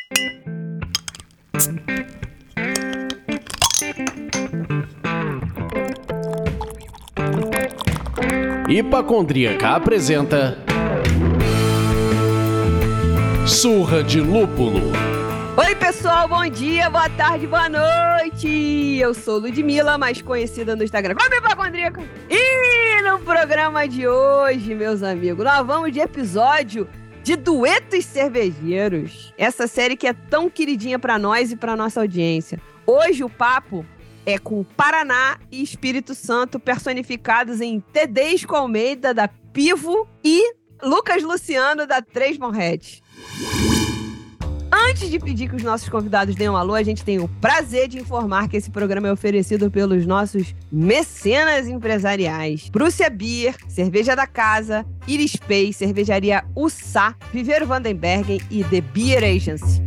Hipacondríaca apresenta Surra de Lúpulo. Oi pessoal, bom dia, boa tarde, boa noite. Eu sou Ludmilla, mais conhecida no Instagram como Hipacondríaca. E no programa de hoje, meus amigos, nós vamos de episódio de Duetos Cervejeiros. Essa série que é tão queridinha pra nós e pra nossa audiência. Hoje o papo é com Paraná e Espírito Santo personificados em Tedesco Almeida, da Pivo, e Lucas Luciano, da Três Morretes. Antes de pedir que os nossos convidados deem um alô, a gente tem o prazer de informar que esse programa é oferecido pelos nossos mecenas empresariais. Prússia Beer, Cerveja da Casa, Iris Pay, Cervejaria Ussá, Viveiro Vandenbergen e The Beer Agency.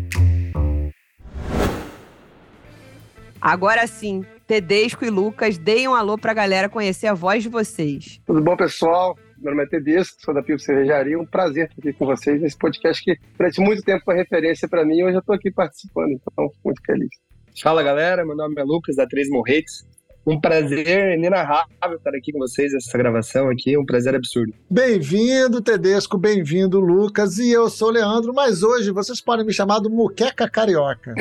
Agora sim, Tedesco e Lucas, deem um alô pra galera conhecer a voz de vocês. Tudo bom, pessoal? Meu nome é Tedesco, sou da Pivo Cervejaria. Um prazer estar aqui com vocês nesse podcast que durante muito tempo foi referência para mim e hoje eu estou aqui participando, então fico muito feliz. Fala, galera. Meu nome é Lucas, da Três Morretes. Um prazer inenarrável estar aqui com vocês nessa gravação aqui, um prazer absurdo. Bem-vindo, Tedesco, bem-vindo, Lucas, e eu sou o Leandro, mas hoje vocês podem me chamar do Muqueca Carioca.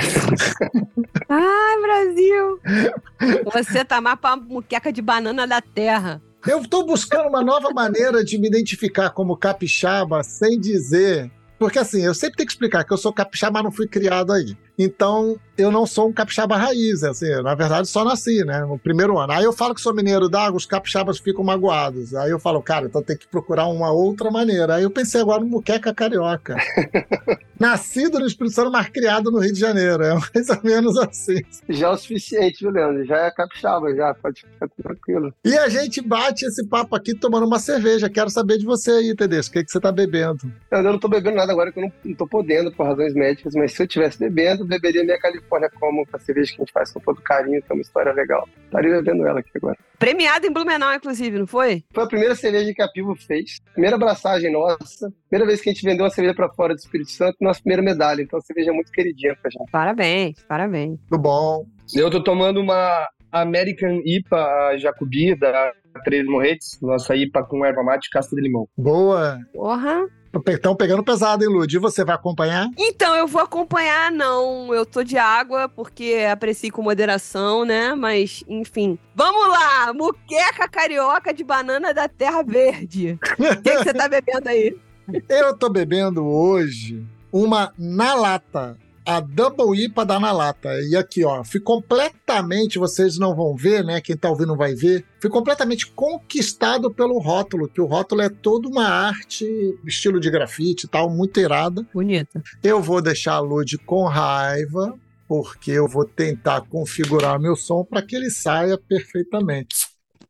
Ai, Brasil! Você tá mais pra muqueca de banana da terra. Eu estou buscando uma nova maneira de me identificar como capixaba sem dizer... Porque assim, eu sempre tenho que explicar que eu sou capixaba, mas não fui criado aí. Então, eu não sou um capixaba raiz, assim, na verdade só nasci, né, no primeiro ano. Aí eu falo que sou mineiro d'água, os capixabas ficam magoados. Aí eu falo, cara, então tem que procurar uma outra maneira. Aí eu pensei agora no Muqueca Carioca. Nascido no Espírito Santo, mas criado no Rio de Janeiro. É mais ou menos assim. Já é o suficiente, viu, Leandro? Já é capixaba, já, pode ficar tranquilo. E a gente bate esse papo aqui tomando uma cerveja. Quero saber de você aí, Tedesco, o que você tá bebendo? Eu não tô bebendo nada agora, que eu não tô podendo por razões médicas, mas se eu estivesse bebendo, beberia minha Califórnia como a cerveja que a gente faz com todo carinho, que é uma história legal. Estaria bebendo ela aqui agora. Premiado em Blumenau, inclusive, não foi? Foi a primeira cerveja que a Pivo fez, primeira abraçagem nossa, primeira vez que a gente vendeu uma cerveja pra fora do Espírito Santo, nossa primeira medalha, então a cerveja é muito queridinha pra gente. Parabéns, parabéns. Tudo bom. Eu tô tomando uma American IPA, a Jacubi, da Três Morretes, nossa IPA com erva mate e casca de limão. Boa. Porra. Estão pegando pesado, hein, Lud? E você vai acompanhar? Então, eu vou acompanhar, não. Eu tô de água, porque aprecio com moderação, né? Mas, enfim. Vamos lá! Muqueca Carioca de banana da Terra Verde. O que você tá bebendo aí? Eu tô bebendo hoje uma na lata. A Double IPA da Na Lata. E aqui, ó, fui completamente, vocês não vão ver, né? Quem tá ouvindo vai ver. Fui completamente conquistado pelo rótulo, que o rótulo é toda uma arte, estilo de grafite e tal, muito irada. Bonita. Eu vou deixar a Lud com raiva, porque eu vou tentar configurar meu som para que ele saia perfeitamente.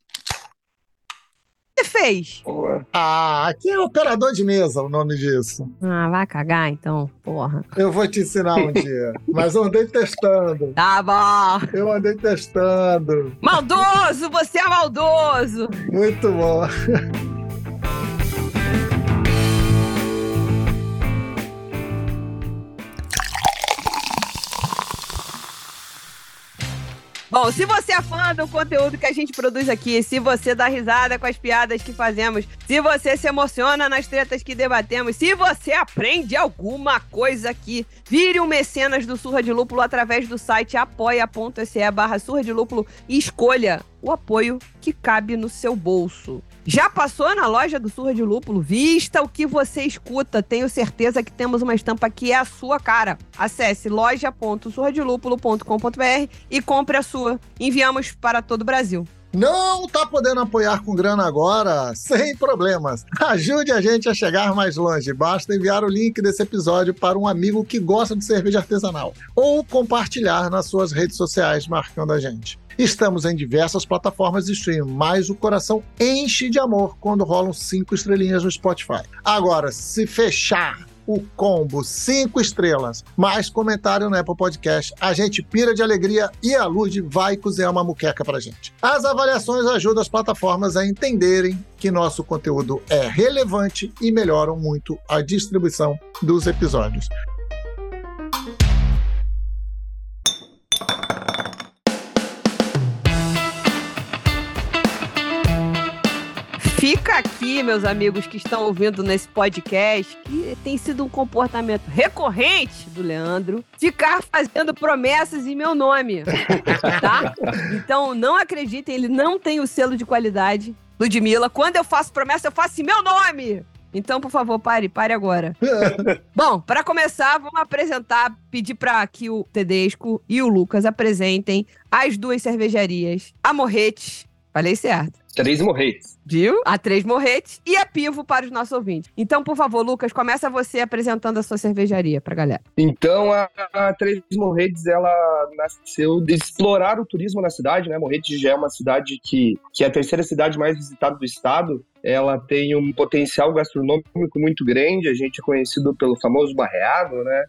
O que você fez? Boa. Ah, aqui é operador de mesa o nome disso. Ah, vai cagar então, porra. Eu vou te ensinar um dia, mas eu andei testando. Tá bom. Eu andei testando. Maldoso, você é maldoso. Muito bom. Bom, se você é fã do conteúdo que a gente produz aqui, se você dá risada com as piadas que fazemos, se você se emociona nas tretas que debatemos, se você aprende alguma coisa aqui, vire um mecenas do Surra de Lúpulo através do site apoia.se/Surra de Lúpulo e escolha o apoio que cabe no seu bolso. Já passou na loja do Surra de Lúpulo? Vista o que você escuta. Tenho certeza que temos uma estampa que é a sua cara. Acesse loja.surradelupulo.com.br e compre a sua. Enviamos para todo o Brasil. Não tá podendo apoiar com grana agora? Sem problemas. Ajude a gente a chegar mais longe. Basta enviar o link desse episódio para um amigo que gosta de cerveja artesanal ou compartilhar nas suas redes sociais marcando a gente. Estamos em diversas plataformas de streaming, mas o coração enche de amor quando rolam 5 estrelinhas no Spotify. Agora, se fechar o combo 5 estrelas, mais comentário no Apple Podcast, a gente pira de alegria e a Lud vai cozinhar uma muqueca pra gente. As avaliações ajudam as plataformas a entenderem que nosso conteúdo é relevante e melhoram muito a distribuição dos episódios. Fica aqui, meus amigos que estão ouvindo nesse podcast, que tem sido um comportamento recorrente do Leandro, ficar fazendo promessas em meu nome, tá? Então, não acreditem, ele não tem o selo de qualidade. Ludmilla, quando eu faço promessa, eu faço em meu nome! Então, por favor, pare agora. Bom, para começar, vamos apresentar, pedir para que o Tedesco e o Lucas apresentem as duas cervejarias, a Morretes, falei certo. Três Morretes. Viu? A Três Morretes e a Pivo para os nossos ouvintes. Então, por favor, Lucas, começa você apresentando a sua cervejaria pra galera. Então, a Três Morretes, ela nasceu de explorar o turismo na cidade, né? Morretes já é uma cidade que é a terceira cidade mais visitada do estado. Ela tem um potencial gastronômico muito grande. A gente é conhecido pelo famoso barreado, né?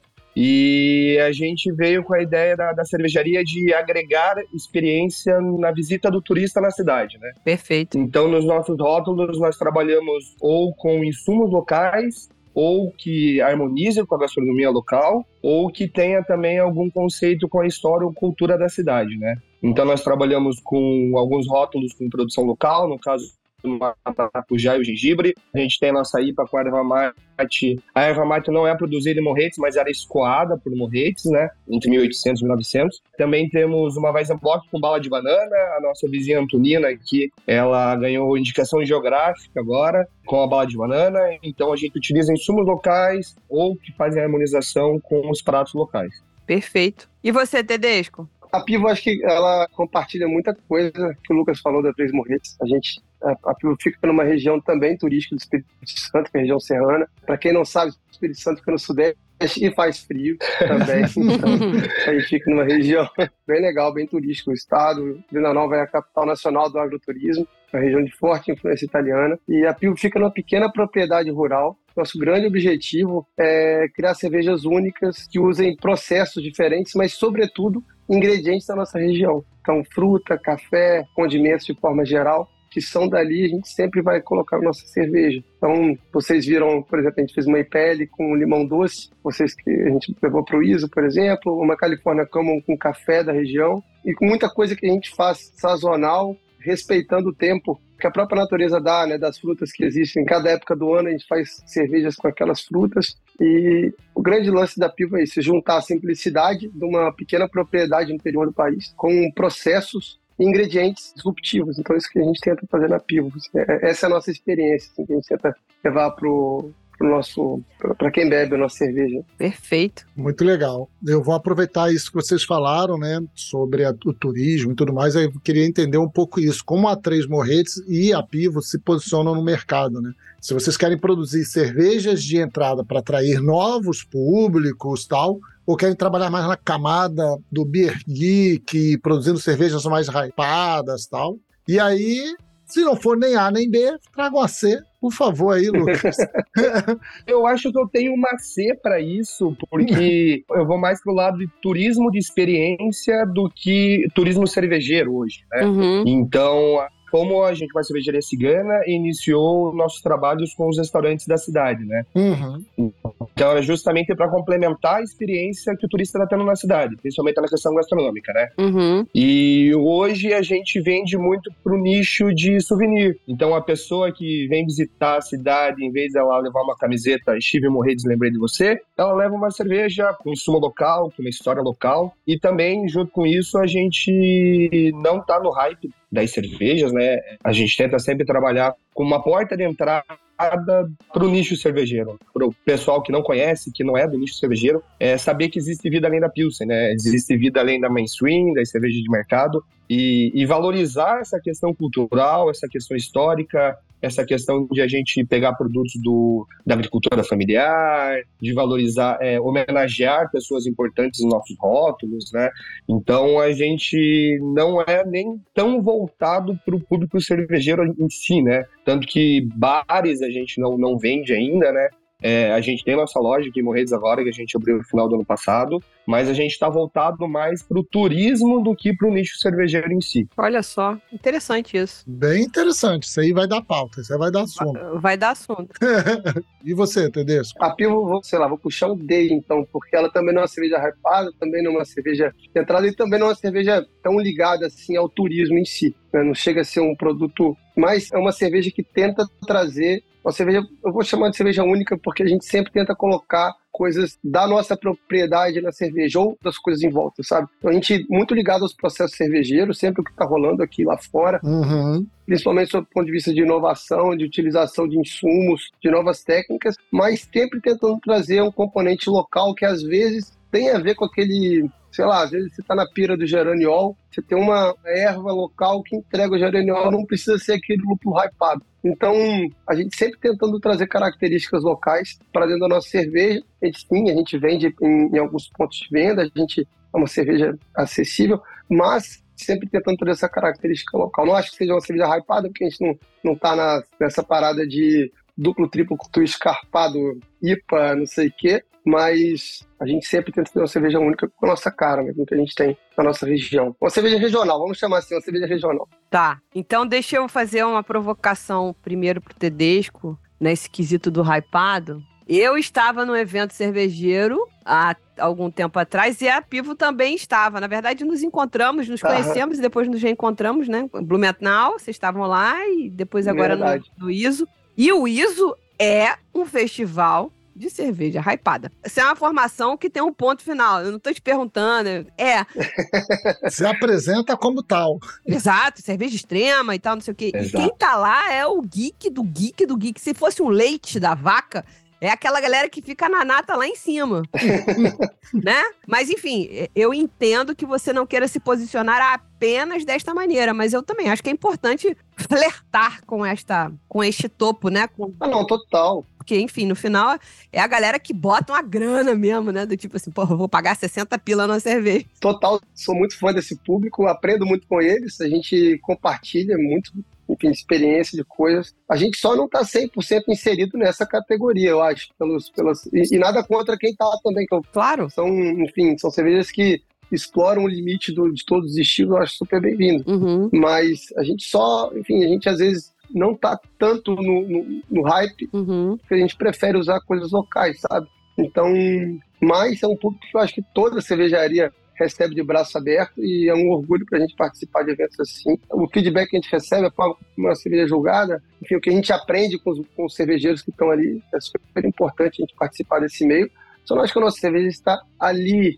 E a gente veio com a ideia da cervejaria de agregar experiência na visita do turista na cidade, né? Perfeito. Então, nos nossos rótulos, nós trabalhamos ou com insumos locais, ou que harmonize com a gastronomia local, ou que tenha também algum conceito com a história ou cultura da cidade, né? Então, nós trabalhamos com alguns rótulos com produção local, no caso do maracujá e o gengibre. A gente tem a nossa IPA com a erva mate. A erva mate não é produzida em Morretes, mas era escoada por Morretes, né? Entre 1800 e 1900. Também temos uma Weizenbock com bala de banana. A nossa vizinha Antonina aqui, ela ganhou indicação geográfica agora com a bala de banana. Então a gente utiliza insumos locais ou que fazem a harmonização com os pratos locais. Perfeito. E você, Tedesco? A Pivo, acho que ela compartilha muita coisa que o Lucas falou da Três Morretes. A Pivo fica numa região também turística do Espírito Santo, que é a região serrana. Para quem não sabe, o Espírito Santo fica no Sudeste e faz frio também. Então, a gente fica numa região bem legal, bem turística. O estado, Vila Nova é a capital nacional do agroturismo, uma região de forte influência italiana. E a Pivo fica numa pequena propriedade rural. Nosso grande objetivo é criar cervejas únicas que usem processos diferentes, mas, sobretudo, ingredientes da nossa região. Então, fruta, café, condimentos de forma geral, que são dali, a gente sempre vai colocar na nossa cerveja. Então, vocês viram, por exemplo, a gente fez uma IPL com limão doce, vocês que a gente levou para o ISO, por exemplo, uma California Common com café da região, e com muita coisa que a gente faz sazonal, respeitando o tempo que a própria natureza dá, né, das frutas que existem. Em cada época do ano a gente faz cervejas com aquelas frutas. E o grande lance da Pivo é isso, juntar a simplicidade de uma pequena propriedade no interior do país com processos e ingredientes disruptivos. Então, isso que a gente tenta fazer na Pivo. Essa é a nossa experiência, assim, que a gente tenta levar para quem bebe a nossa cerveja. Perfeito. Muito legal. Eu vou aproveitar isso que vocês falaram, né, sobre o turismo e tudo mais. Eu queria entender um pouco isso, como a Três Morretes e a Pivo se posicionam no mercado, né? Se vocês querem produzir cervejas de entrada para atrair novos públicos, tal, ou querem trabalhar mais na camada do beer geek, produzindo cervejas mais hypadas, tal. E aí, se não for nem A nem B, tragam a C. Por favor aí, Lucas. Eu acho que eu tenho uma C para isso, porque eu vou mais pro lado de turismo de experiência do que turismo cervejeiro hoje, né? Uhum. Então, como a gente vai cervejaria cigana, iniciou nossos trabalhos com os restaurantes da cidade, né? Uhum. Então, era justamente para complementar a experiência que o turista está tendo na cidade, principalmente na questão gastronômica, né? Uhum. E hoje a gente vende muito pro nicho de souvenir. Então, a pessoa que vem visitar a cidade, em vez dela levar uma camiseta Estive Morretes, lembrei de você, ela leva uma cerveja com insumo local, com uma história local. E também, junto com isso, a gente não tá no hype das cervejas, né? A gente tenta sempre trabalhar com uma porta de entrada para o nicho cervejeiro, para o pessoal que não conhece, que não é do nicho cervejeiro, saber que existe vida além da Pilsen, né? Existe vida além da mainstream, das cervejas de mercado, e valorizar essa questão cultural, essa questão histórica, essa questão de a gente pegar produtos da agricultura familiar, de valorizar, homenagear pessoas importantes nos nossos rótulos, né? Então a gente não é nem tão voltado para o público cervejeiro em si, né? Tanto que bares a gente não vende ainda, né? A gente tem nossa loja aqui em Morretes agora, que a gente abriu no final do ano passado, mas a gente está voltado mais para o turismo do que para o nicho cervejeiro em si. Olha só, interessante isso. Bem interessante, isso aí vai dar pauta, isso aí vai dar assunto. Vai dar assunto. E você, Tedesco? A Pivo, vou puxar um D, então, porque ela também não é uma cerveja hypada, também não é uma cerveja de entrada e também não é uma cerveja tão ligada assim ao turismo em si. né? Não chega a ser um produto, mas é uma cerveja que tenta trazer uma cerveja, eu vou chamar de cerveja única porque a gente sempre tenta colocar coisas da nossa propriedade na cerveja ou das coisas em volta, sabe? Então a gente muito ligado aos processos cervejeiros, sempre o que está rolando aqui lá fora, principalmente sob o ponto de vista de inovação, de utilização de insumos, de novas técnicas, mas sempre tentando trazer um componente local que às vezes tem a ver com aquele, sei lá, às vezes você está na pira do geraniol, você tem uma erva local que entrega o geraniol, não precisa ser aquele lúpulo hypado. Então, a gente sempre tentando trazer características locais para dentro da nossa cerveja. A gente vende em alguns pontos de venda, a gente é uma cerveja acessível, mas sempre tentando trazer essa característica local. Não acho que seja uma cerveja hypada, porque a gente não está nessa parada de duplo, triplo, twist, carpado, IPA, não sei o quê, mas a gente sempre tenta ter uma cerveja única com a nossa cara, mesmo que a gente tem na nossa região. Uma cerveja regional, vamos chamar assim, uma cerveja regional. Tá, então deixa eu fazer uma provocação primeiro pro Tedesco, nesse quesito do hypado. Eu estava num evento cervejeiro há algum tempo atrás e a Pivo também estava. Na verdade, nos encontramos, nos conhecemos e depois nos reencontramos, né? Blumenau, vocês estavam lá e depois agora no ISO. E o ISO é um festival de cerveja hypada. Essa é uma formação que tem um ponto final. Eu não tô te perguntando. Se apresenta como tal. Exato, cerveja extrema e tal, não sei o quê. Exato. E quem tá lá é o geek do geek do geek. Se fosse um leite da vaca, é aquela galera que fica na nata lá em cima. Né? Mas, enfim, eu entendo que você não queira se posicionar apenas desta maneira, mas eu também acho que é importante flertar com este topo, né? Não, total. Porque, enfim, no final, é a galera que bota uma grana mesmo, né? Do tipo assim, eu vou pagar 60 pila numa cerveja. Total, sou muito fã desse público, aprendo muito com eles, a gente compartilha muito, enfim, experiência de coisas. A gente só não está 100% inserido nessa categoria, eu acho. E nada contra quem está lá também. Claro. São cervejas que exploram o limite de todos os estilos, eu acho super bem-vindo. Mas a gente às vezes não tá tanto no hype, porque a gente prefere usar coisas locais, sabe? Então, mas é um público que eu acho que toda cervejaria recebe de braço aberto e é um orgulho pra gente participar de eventos assim. O feedback que a gente recebe é uma cerveja julgada, enfim, o que a gente aprende com os cervejeiros que estão ali, é super importante a gente participar desse meio. Só não acho que a nossa cerveja está ali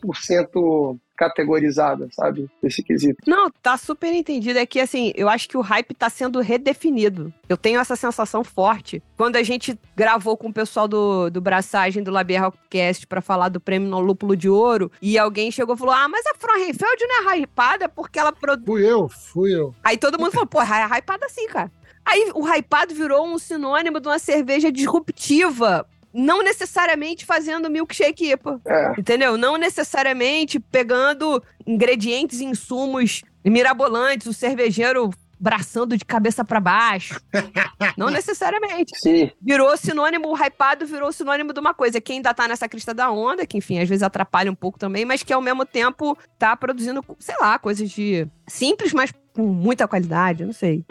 100% categorizada, sabe? Esse quesito. Não, tá super entendido. É que, assim, eu acho que o hype tá sendo redefinido. Eu tenho essa sensação forte. Quando a gente gravou com o pessoal do Braçagem, do Labier Rockcast, pra falar do prêmio no Lúpulo de Ouro, e alguém chegou e falou, mas a Frauenfeld não é hypada porque ela produz... Fui eu. Aí todo mundo falou, é hypada sim, cara. Aí o hypado virou um sinônimo de uma cerveja disruptiva, não necessariamente fazendo milkshake IPA, entendeu? Não necessariamente pegando ingredientes e insumos mirabolantes, o cervejeiro braçando de cabeça pra baixo. Não necessariamente. Sim. Virou sinônimo, o hypado virou sinônimo de uma coisa que ainda tá nessa crista da onda, que enfim, às vezes atrapalha um pouco também, mas que ao mesmo tempo tá produzindo, sei lá, coisas de simples, mas com muita qualidade, não sei.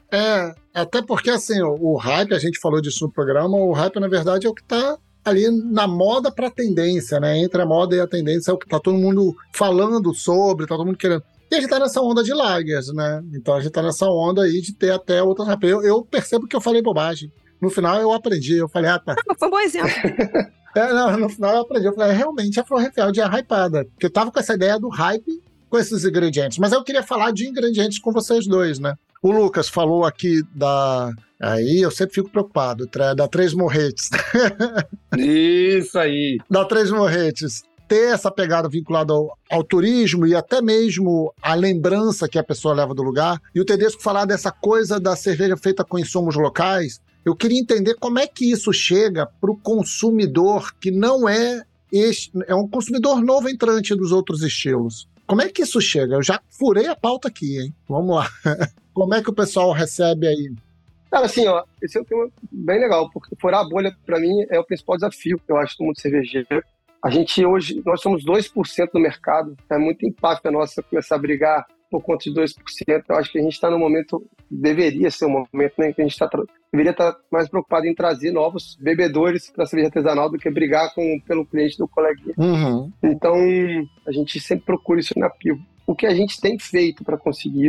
Até porque assim, o hype, a gente falou disso no programa, o hype na verdade é o que tá ali na moda pra tendência, né? Entre a moda e a tendência é o que tá todo mundo falando sobre, tá todo mundo querendo. E a gente tá nessa onda de lagers, né? Então a gente tá nessa onda aí de ter até outras hype. Eu percebo que eu falei bobagem. No final eu aprendi, eu falei, tá. Foi um bom exemplo. No final eu aprendi, eu falei, realmente a Frauenfeld é hypada. Porque eu tava com essa ideia do hype com esses ingredientes. Mas eu queria falar de ingredientes com vocês dois, né? O Lucas falou aqui Aí eu sempre fico preocupado, da Três Morretes. Isso aí. Da Três Morretes. Ter essa pegada vinculada ao turismo e até mesmo a lembrança que a pessoa leva do lugar. E o Tedesco falar dessa coisa da cerveja feita com insumos locais. Eu queria entender como é que isso chega para o consumidor que não é um consumidor novo entrante dos outros estilos. Como é que isso chega? Eu já furei a pauta aqui, hein? Vamos lá. Como é que o pessoal recebe aí? Cara, assim, esse é um tema bem legal, porque furar a bolha, para mim, é o principal desafio, eu acho, do mundo cervejeiro. A gente hoje, nós somos 2% do mercado, é muito impacto a nossa começar a brigar por conta de 2%. Eu acho que a gente está no momento, deveria ser um momento, né, que a gente deveria estar mais preocupado em trazer novos bebedores para a cerveja artesanal do que brigar pelo cliente do coleguinha. Então, a gente sempre procura isso na Pivo. O que a gente tem feito para conseguir isso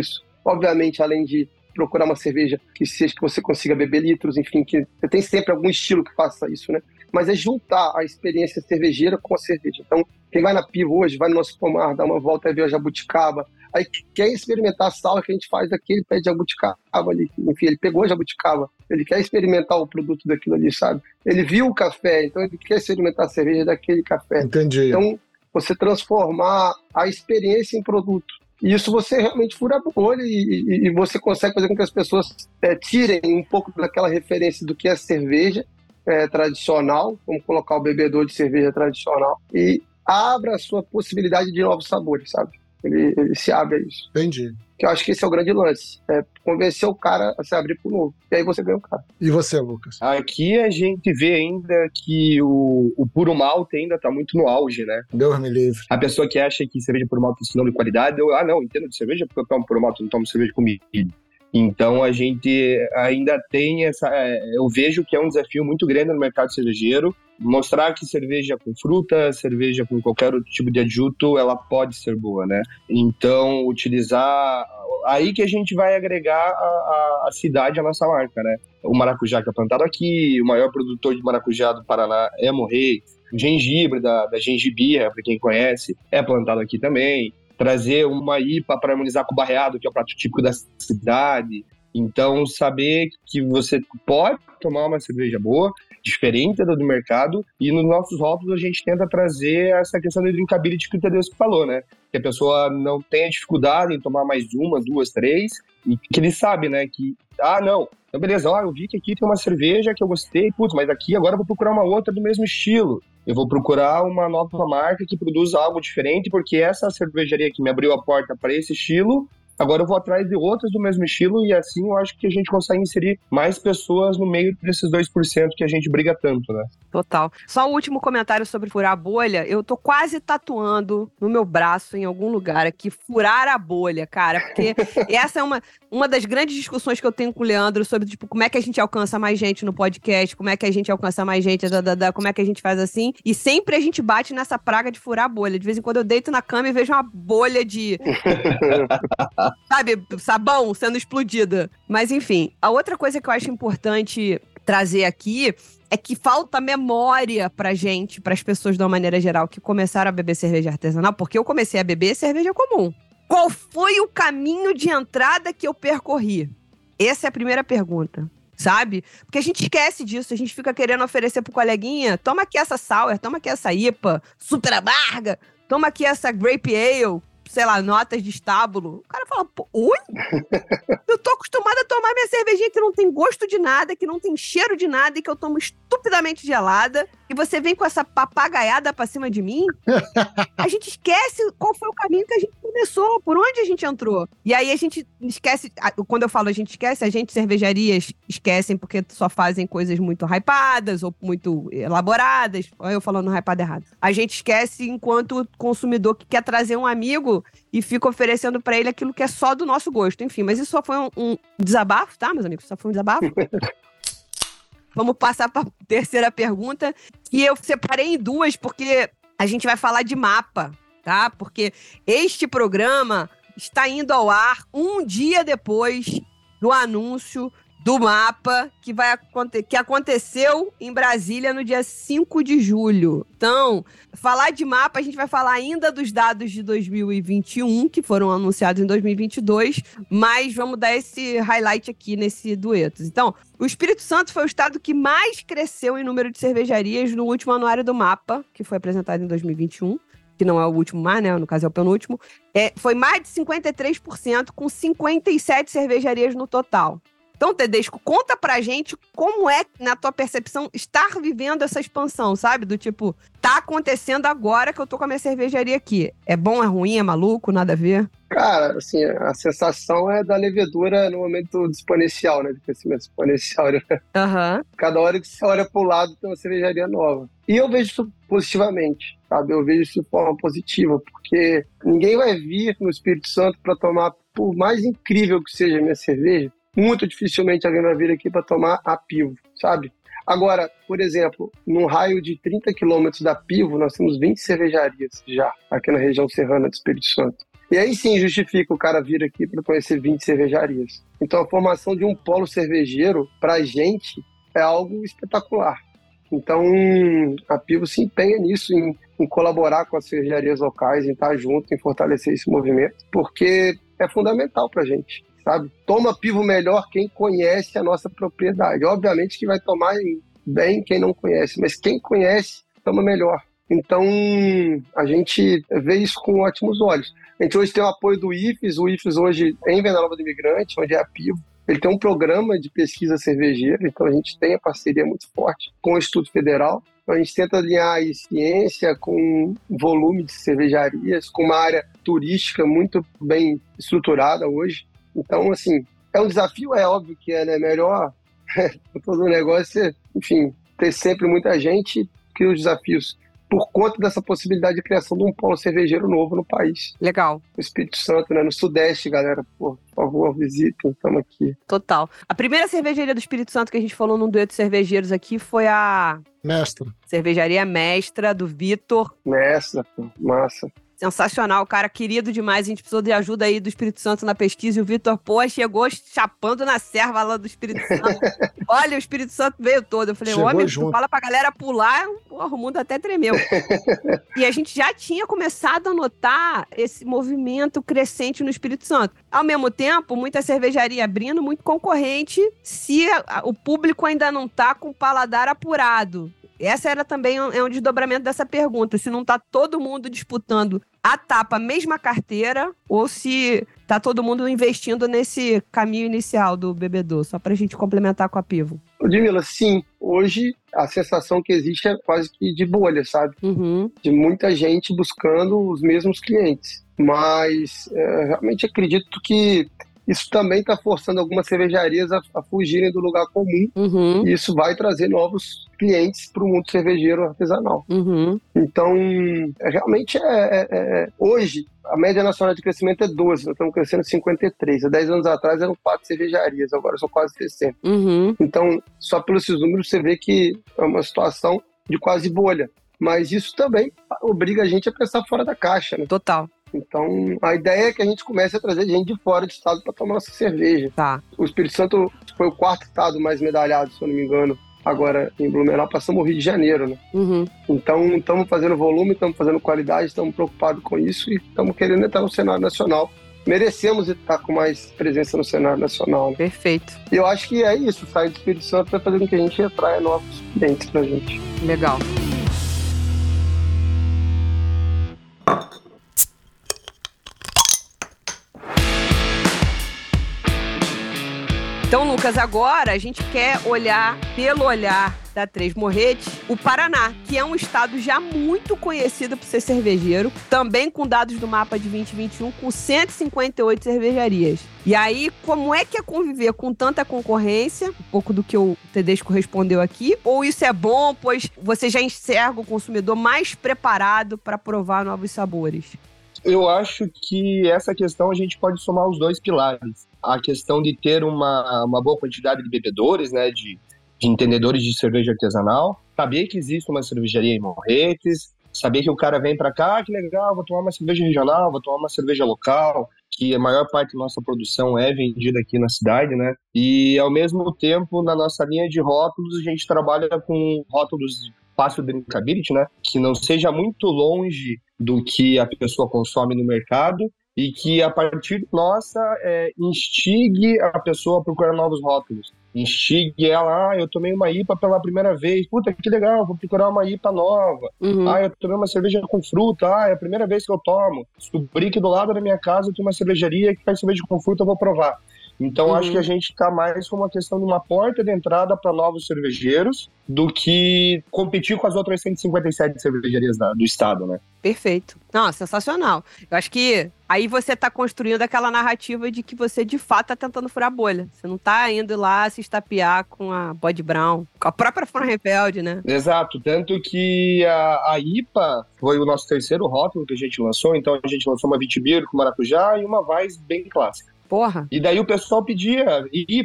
Obviamente, além de procurar uma cerveja que seja que você consiga beber litros, enfim, que você tem sempre algum estilo que faça isso, né? Mas é juntar a experiência cervejeira com a cerveja. Então, quem vai na Pivo hoje, vai no nosso pomar, dá uma volta e vê a jabuticaba, aí quer experimentar a sala que a gente faz daquele pé de jabuticaba ali. Enfim, ele pegou a jabuticaba, ele quer experimentar o produto daquilo ali, sabe? Ele viu o café, então ele quer experimentar a cerveja daquele café. Entendi. Então, você transformar a experiência em produto. E isso você realmente fura a bolha e você consegue fazer com que as pessoas tirem um pouco daquela referência do que é cerveja tradicional, vamos colocar o bebedor de cerveja tradicional, e abra a sua possibilidade de novos sabores, sabe? Ele se abre a isso. Entendi. Que eu acho que esse é o grande lance. É convencer o cara a se abrir pro novo. E aí você ganha o cara. E você, Lucas? Aqui a gente vê ainda que o puro malte ainda tá muito no auge, né? Deus me livre. A pessoa que acha que cerveja puro malte é sinônimo de qualidade, não, entendo de cerveja porque eu tomo puro malte, não tomo cerveja com milho. Então a gente ainda tem eu vejo que é um desafio muito grande no mercado cervejeiro, mostrar que cerveja com fruta, cerveja com qualquer outro tipo de adjunto, ela pode ser boa, né? Então utilizar, aí que a gente vai agregar a cidade à nossa marca, né? O maracujá que é plantado aqui, o maior produtor de maracujá do Paraná é Morretes, o gengibre da Gengibirra, para quem conhece, é plantado aqui também. Trazer uma IPA para harmonizar com o barreado, que é o prato típico da cidade. Então, saber que você pode tomar uma cerveja boa, diferente da do mercado, e nos nossos rótulos a gente tenta trazer essa questão do drinkability que o Tedesco falou, né? Que a pessoa não tenha dificuldade em tomar mais uma, duas, três, e que ele sabe, né? Que, não, então beleza, eu vi que aqui tem uma cerveja que eu gostei, mas aqui agora eu vou procurar uma outra do mesmo estilo. Eu vou procurar uma nova marca que produza algo diferente, porque essa cervejaria que me abriu a porta para esse estilo, agora eu vou atrás de outras do mesmo estilo, e assim eu acho que a gente consegue inserir mais pessoas no meio desses 2% que a gente briga tanto, né? Total. Só o último comentário sobre furar a bolha. Eu tô quase tatuando no meu braço, em algum lugar aqui, furar a bolha, cara. Porque essa é uma das grandes discussões que eu tenho com o Leandro sobre, tipo, como é que a gente alcança mais gente no podcast, como é que a gente alcança mais gente, como é que a gente faz assim. E sempre a gente bate nessa praga de furar a bolha. De vez em quando eu deito na cama e vejo uma bolha de... sabe, sabão sendo explodida. Mas, enfim, a outra coisa que eu acho importante trazer aqui é que falta memória pra gente, pras pessoas de uma maneira geral, que começaram a beber cerveja artesanal, porque eu comecei a beber cerveja comum. Qual foi o caminho de entrada que eu percorri? Essa é a primeira pergunta, sabe? Porque a gente esquece disso, a gente fica querendo oferecer pro coleguinha, toma aqui essa sour, toma aqui essa IPA super amarga, toma aqui essa grape ale, sei lá, notas de estábulo. O cara fala, oi? Eu tô acostumada a tomar minha cervejinha que não tem gosto de nada, que não tem cheiro de nada e que eu tomo estupidamente gelada. E você vem com essa papagaiada pra cima de mim? A gente esquece qual foi o caminho que a gente começou, por onde a gente entrou. E aí a gente esquece, quando eu falo a gente esquece, cervejarias esquecem porque só fazem coisas muito hypadas ou muito elaboradas. Olha eu falando hypado errado. A gente esquece enquanto consumidor que quer trazer um amigo e fica oferecendo pra ele aquilo que é só do nosso gosto. Enfim, mas isso só foi um desabafo, tá, meus amigos? Só foi um desabafo. Vamos passar para a terceira pergunta, que eu separei em duas, porque a gente vai falar de mapa, tá? Porque este programa está indo ao ar um dia depois do anúncio do mapa que aconteceu em Brasília no dia 5 de julho. Então, falar de mapa, a gente vai falar ainda dos dados de 2021, que foram anunciados em 2022, mas vamos dar esse highlight aqui nesse dueto. Então, o Espírito Santo foi o estado que mais cresceu em número de cervejarias no último anuário do mapa, que foi apresentado em 2021. Que não é o último mais, né? No caso é o penúltimo. Foi mais de 53%, com 57 cervejarias no total. Então, Tedesco, conta pra gente como é, na tua percepção, estar vivendo essa expansão, sabe? Do tipo, tá acontecendo agora que eu tô com a minha cervejaria aqui. É bom, é ruim, é maluco, nada a ver? Cara, assim, a sensação é da levedura no momento exponencial, né? De crescimento exponencial, né? Aham. Cada hora que você olha pro lado tem uma cervejaria nova. E eu vejo isso positivamente, sabe? Eu vejo isso de forma positiva, porque ninguém vai vir no Espírito Santo para tomar, por mais incrível que seja a minha cerveja, muito dificilmente alguém vai vir aqui para tomar a Pivo, sabe? Agora, por exemplo, num raio de 30 quilômetros da Pivo, nós temos 20 cervejarias já, aqui na região serrana do Espírito Santo. E aí sim justifica o cara vir aqui para conhecer 20 cervejarias. Então a formação de um polo cervejeiro, para a gente, é algo espetacular. Então a Pivo se empenha nisso, em colaborar com as cervejarias locais, em estar junto, em fortalecer esse movimento, porque é fundamental para a gente, sabe? Toma Pivo melhor quem conhece a nossa propriedade. Obviamente que vai tomar bem quem não conhece, mas quem conhece, toma melhor. Então, a gente vê isso com ótimos olhos. A gente hoje tem o apoio do IFES, o IFES hoje em Venda Nova do Imigrante, onde é a Pivo. Ele tem um programa de pesquisa cervejeira, então a gente tem a parceria muito forte com o Instituto Federal. A gente tenta alinhar aí ciência com volume de cervejarias, com uma área turística muito bem estruturada hoje. Então, assim, é um desafio, é óbvio que é, né? Melhor todo o negócio, enfim, ter sempre muita gente que os desafios por conta dessa possibilidade de criação de um polo cervejeiro novo no país. Legal. No Espírito Santo, né? No Sudeste, galera, por favor, visitem, estamos aqui. Total. A primeira cervejaria do Espírito Santo que a gente falou num dueto de cervejeiros aqui foi a... Mestra. Cervejaria Mestra, do Vitor. Mestra, pô, massa. Sensacional, cara, querido demais. A gente precisou de ajuda aí do Espírito Santo na pesquisa e o Vitor, pô, chegou chapando na serva lá do Espírito Santo. Olha, o Espírito Santo veio todo. Eu falei, homem, tu fala pra galera pular, porra, o mundo até tremeu. E a gente já tinha começado a notar esse movimento crescente no Espírito Santo. Ao mesmo tempo, muita cervejaria abrindo, muito concorrente, se o público ainda não tá com o paladar apurado. Essa era também um desdobramento dessa pergunta, se não tá todo mundo disputando a tapa, a mesma carteira, ou se tá todo mundo investindo nesse caminho inicial do bebedor, só pra gente complementar com a Pivo. Ludmila, sim, hoje a sensação que existe é quase que de bolha, sabe? Uhum. De muita gente buscando os mesmos clientes, mas realmente acredito que isso também está forçando algumas cervejarias a fugirem do lugar comum. Uhum. E isso vai trazer novos clientes para o mundo cervejeiro artesanal. Uhum. Então, realmente, hoje, a média nacional de crescimento é 12, nós estamos crescendo 53. Há 10 anos atrás eram 4 cervejarias, agora são quase 60. Uhum. Então, só pelos esses números você vê que é uma situação de quase bolha. Mas isso também obriga a gente a pensar fora da caixa, né? Total. Então, a ideia é que a gente comece a trazer gente de fora do estado para tomar nossa cerveja. Tá. O Espírito Santo foi o 4º estado mais medalhado, se eu não me engano. Agora, em Blumenau, passamos o Rio de Janeiro, né? Uhum. Então, estamos fazendo volume, estamos fazendo qualidade, estamos preocupados com isso e estamos querendo entrar no cenário nacional. Merecemos estar com mais presença no cenário nacional, né? Perfeito. E eu acho que é isso, sair do Espírito Santo vai fazer com que a gente atraia novos clientes pra gente. Legal. Então, Lucas, agora a gente quer olhar, pelo olhar da Três Morretes, o Paraná, que é um estado já muito conhecido por ser cervejeiro, também com dados do mapa de 2021, com 158 cervejarias. E aí, como é que é conviver com tanta concorrência? Um pouco do que o Tedesco respondeu aqui. Ou isso é bom, pois você já enxerga o consumidor mais preparado para provar novos sabores? Eu acho que essa questão a gente pode somar os dois pilares. A questão de ter uma boa quantidade de bebedores, né, de entendedores de cerveja artesanal, saber que existe uma cervejaria em Morretes, saber que o cara vem para cá, que legal, vou tomar uma cerveja regional, vou tomar uma cerveja local, que a maior parte da nossa produção é vendida aqui na cidade, né? E, ao mesmo tempo, na nossa linha de rótulos, a gente trabalha com rótulos de fácil drinkability, né? Que não seja muito longe do que a pessoa consome no mercado e que, a partir nossa, instigue a pessoa a procurar novos rótulos. Instigue ela, eu tomei uma IPA pela primeira vez, puta, que legal, vou procurar uma IPA nova. Uhum. Eu tomei uma cerveja com fruta, é a primeira vez que eu tomo. Descobri que do lado da minha casa tem uma cervejaria que faz cerveja com fruta, eu vou provar. Então, acho que a gente está mais com uma questão de uma porta de entrada para novos cervejeiros do que competir com as outras 157 cervejarias do estado, né? Perfeito. Não, sensacional. Eu acho que aí você está construindo aquela narrativa de que você, de fato, está tentando furar a bolha. Você não está indo lá se estapear com a Bud Brown, com a própria Frauenfeld, né? Exato. Tanto que a IPA foi o nosso terceiro rótulo que a gente lançou. Então, a gente lançou uma Vitibir com maracujá e uma Weiss bem clássica. Porra. E daí o pessoal pedia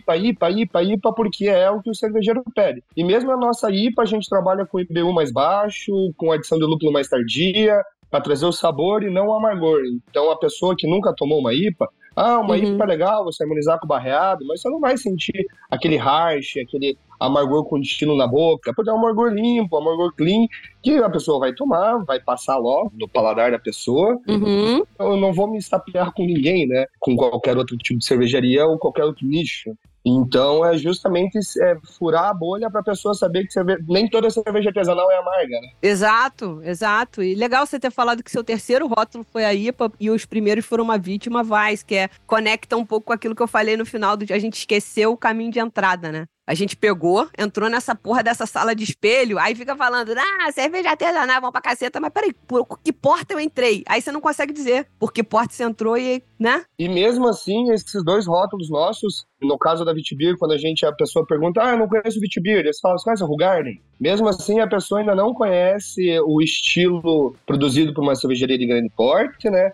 IPA, porque é o que o cervejeiro pede. E mesmo a nossa IPA, a gente trabalha com IBU mais baixo, com adição de lúpulo mais tardia, para trazer o sabor e não o amargor. Então, a pessoa que nunca tomou uma IPA, uma IPA é legal, você harmonizar com o barreado, mas você não vai sentir aquele harsh, aquele amargor contínuo na boca, porque é um amargor limpo, um amargor clean, que a pessoa vai tomar, vai passar logo no paladar da pessoa. Eu não vou me estapear com ninguém, né? Com qualquer outro tipo de cervejaria ou qualquer outro nicho. Então, é justamente furar a bolha para a pessoa saber que nem toda cerveja artesanal é amarga, né? Exato. E legal você ter falado que seu terceiro rótulo foi a IPA e os primeiros foram uma Wheat e uma Weiss, que conecta um pouco com aquilo que eu falei no final do dia. A gente esqueceu o caminho de entrada, né? A gente pegou, entrou nessa porra dessa sala de espelho, aí fica falando, cerveja artesanal, vamos pra caceta, mas peraí, por que porta eu entrei? Aí você não consegue dizer por que porta você entrou e, né? E mesmo assim, esses dois rótulos nossos, no caso da Witbier, quando a pessoa pergunta, eu não conheço o Witbier, eles falam, você conhece a Hoegaarden? Mesmo assim, a pessoa ainda não conhece o estilo produzido por uma cervejaria de grande porte, né?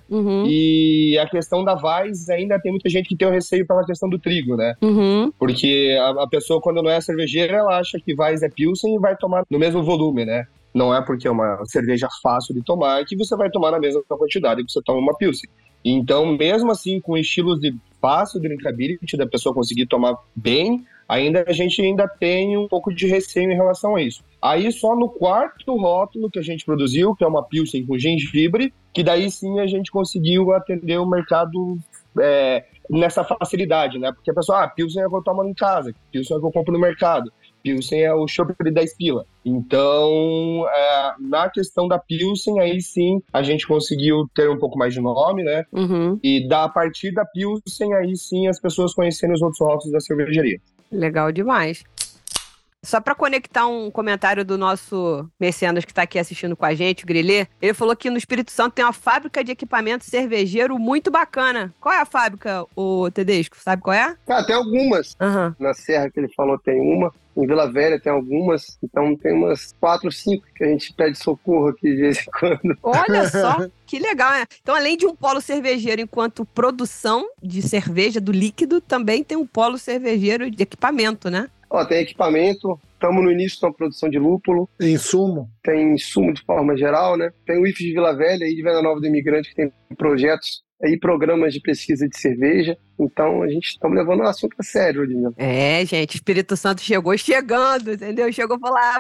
E a questão da Weiss, ainda tem muita gente que tem o receio pela questão do trigo, né? Porque a pessoa, quando não é cervejeira, ela acha que Weiss é Pilsen e vai tomar no mesmo volume, né? Não é porque é uma cerveja fácil de tomar que você vai tomar na mesma quantidade que você toma uma Pilsen. Então, mesmo assim, com estilos de fácil drinkability, da pessoa conseguir tomar bem, a gente ainda tem um pouco de receio em relação a isso. Aí, só no quarto rótulo que a gente produziu, que é uma Pilsen com gengibre, que daí sim a gente conseguiu atender o mercado nessa facilidade, né? Porque a pessoa, Pilsen é o que eu tomo em casa, Pilsen é o que eu compro no mercado, Pilsen é o chopp de 10 pila. Então, na questão da Pilsen, aí sim, a gente conseguiu ter um pouco mais de nome, né? E a partir da Pilsen, aí sim, as pessoas conhecerem os outros rótulos da cervejaria. Legal demais. Só para conectar um comentário do nosso mecenas que está aqui assistindo com a gente, o Grilê, ele falou que no Espírito Santo tem uma fábrica de equipamento cervejeiro muito bacana. Qual é a fábrica, o Tedesco? Sabe qual é? Tem algumas. Na Serra que ele falou tem uma. Em Vila Velha tem algumas. Então tem umas 4 ou 5 que a gente pede socorro aqui de vez em quando. Olha só, que legal, né? Então, além de um polo cervejeiro enquanto produção de cerveja, do líquido, também tem um polo cervejeiro de equipamento, né? Tem equipamento, estamos no início da produção de lúpulo. Insumo. Tem insumo de forma geral, né? Tem o IF de Vila Velha e de Venda Nova do Imigrante, que tem projetos e programas de pesquisa de cerveja. Então, a gente está levando o assunto a sério, Ludmila. Gente, Espírito Santo chegando, entendeu? Chegou pra lá.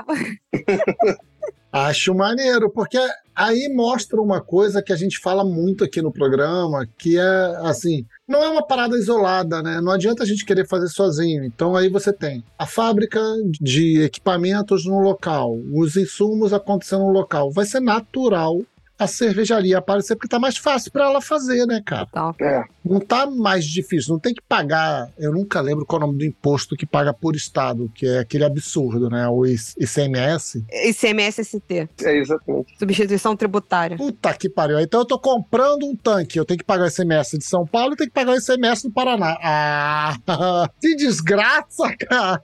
Acho maneiro, porque aí mostra uma coisa que a gente fala muito aqui no programa, que é, assim, não é uma parada isolada, né? Não adianta a gente querer fazer sozinho. Então aí você tem a fábrica de equipamentos no local, os insumos acontecendo no local. Vai ser natural a cervejaria aparecer, porque tá mais fácil para ela fazer, né, cara? Não tá mais difícil, não tem que pagar, eu nunca lembro qual é o nome do imposto que paga por estado, que é aquele absurdo, né, o ICMS. ICMS-ST. Exatamente. Substituição tributária. Puta que pariu, então eu tô comprando um tanque, eu tenho que pagar o ICMS de São Paulo e tenho que pagar o ICMS do Paraná. Que desgraça, cara!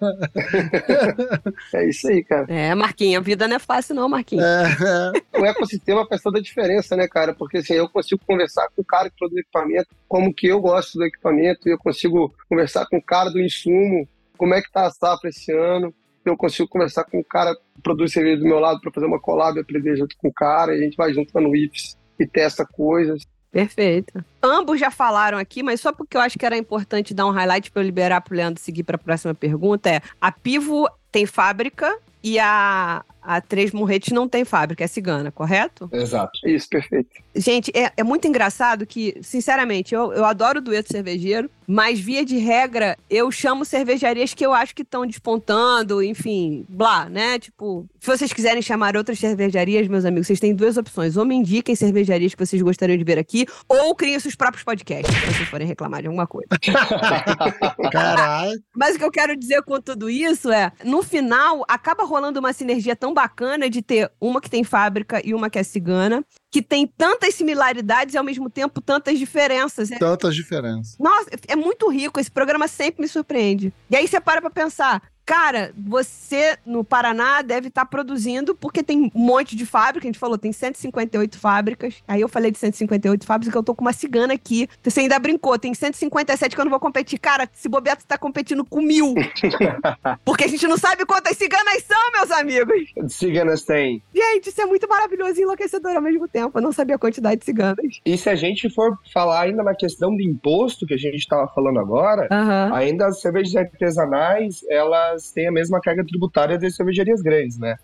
É isso aí, cara. Marquinhos, a vida não é fácil não, Marquinhos. O ecossistema faz toda a diferença, né, cara? Porque assim, eu consigo conversar com o cara que produz equipamento, como que eu gosto do equipamento, e eu consigo conversar com o cara do insumo, como é que tá a safra esse ano, eu consigo conversar com o cara que produz cerveja do meu lado para fazer uma collab, aprender junto com o cara, e a gente vai junto no IFs e testa coisas. Perfeito. Ambos já falaram aqui, mas só porque eu acho que era importante dar um highlight para eu liberar pro Leandro seguir para a próxima pergunta, a Pivo tem fábrica e a Três Morretes não tem fábrica, é cigana, correto? Exato. Isso, perfeito. Gente, é muito engraçado que, sinceramente, eu adoro o dueto cervejeiro, mas, via de regra, eu chamo cervejarias que eu acho que estão despontando, enfim, blá, né? Tipo, se vocês quiserem chamar outras cervejarias, meus amigos, vocês têm 2 opções. Ou me indiquem cervejarias que vocês gostariam de ver aqui, ou criem seus próprios podcasts, se vocês forem reclamar de alguma coisa. Caralho. Mas o que eu quero dizer com tudo isso no final, acaba rolando uma sinergia tão bacana de ter uma que tem fábrica e uma que é cigana, que tem tantas similaridades e, ao mesmo tempo, tantas diferenças. Tantas diferenças. Nossa, é muito rico. Esse programa sempre me surpreende. E aí você para pra pensar, Cara, você no Paraná deve estar produzindo, porque tem um monte de fábrica, a gente falou, tem 158 fábricas. Aí eu falei de 158 fábricas, que eu tô com uma cigana aqui. Você ainda brincou, tem 157 que eu não vou competir. Cara, se bobear, tu tá competindo com 1000. Porque a gente não sabe quantas ciganas são, meus amigos. Ciganas tem. Gente, isso é muito maravilhoso e enlouquecedor ao mesmo tempo. Eu não sabia a quantidade de ciganas. E se a gente for falar ainda na questão do imposto que a gente estava falando agora, ainda as cervejas artesanais, elas têm a mesma carga tributária das cervejarias grandes, né?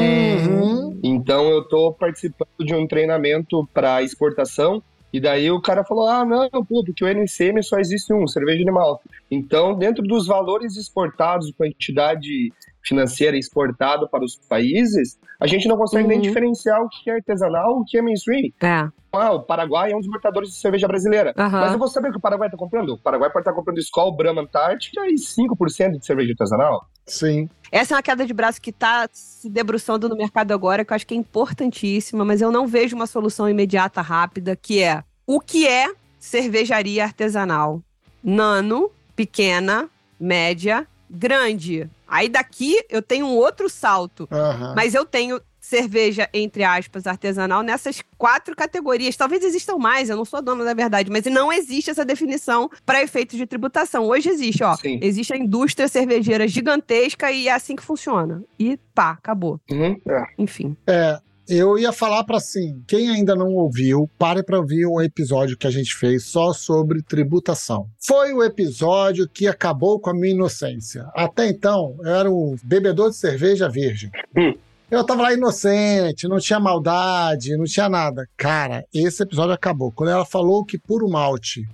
Então eu tô participando de um treinamento para exportação e daí o cara falou, não, pô, porque o NCM só existe cerveja de malte. Então, dentro dos valores exportados, quantidade financeira exportada para os países, a gente não consegue nem diferenciar o que é artesanal, o que é mainstream. O Paraguai é um dos exportadores de cerveja brasileira. Mas eu vou saber o que o Paraguai está comprando? O Paraguai pode estar comprando Skol, Brahma, Antártica e 5% de cerveja artesanal. Sim. Essa é uma queda de braço que está se debruçando no mercado agora, que eu acho que é importantíssima, mas eu não vejo uma solução imediata, rápida, que é o que é cervejaria artesanal? Nano, pequena, média, grande. Aí daqui eu tenho um outro salto, mas eu tenho cerveja, entre aspas, artesanal nessas 4 categorias. Talvez existam mais, eu não sou dona da verdade, mas não existe essa definição para efeitos de tributação. Hoje existe, existe a indústria cervejeira gigantesca e é assim que funciona. E pá, acabou. Enfim. Eu ia falar para quem ainda não ouviu, pare para ouvir um episódio que a gente fez só sobre tributação. Foi o episódio que acabou com a minha inocência. Até então, eu era um bebedor de cerveja virgem. Eu tava lá inocente, não tinha maldade, não tinha nada. Cara, esse episódio acabou. Quando ela falou que puro malte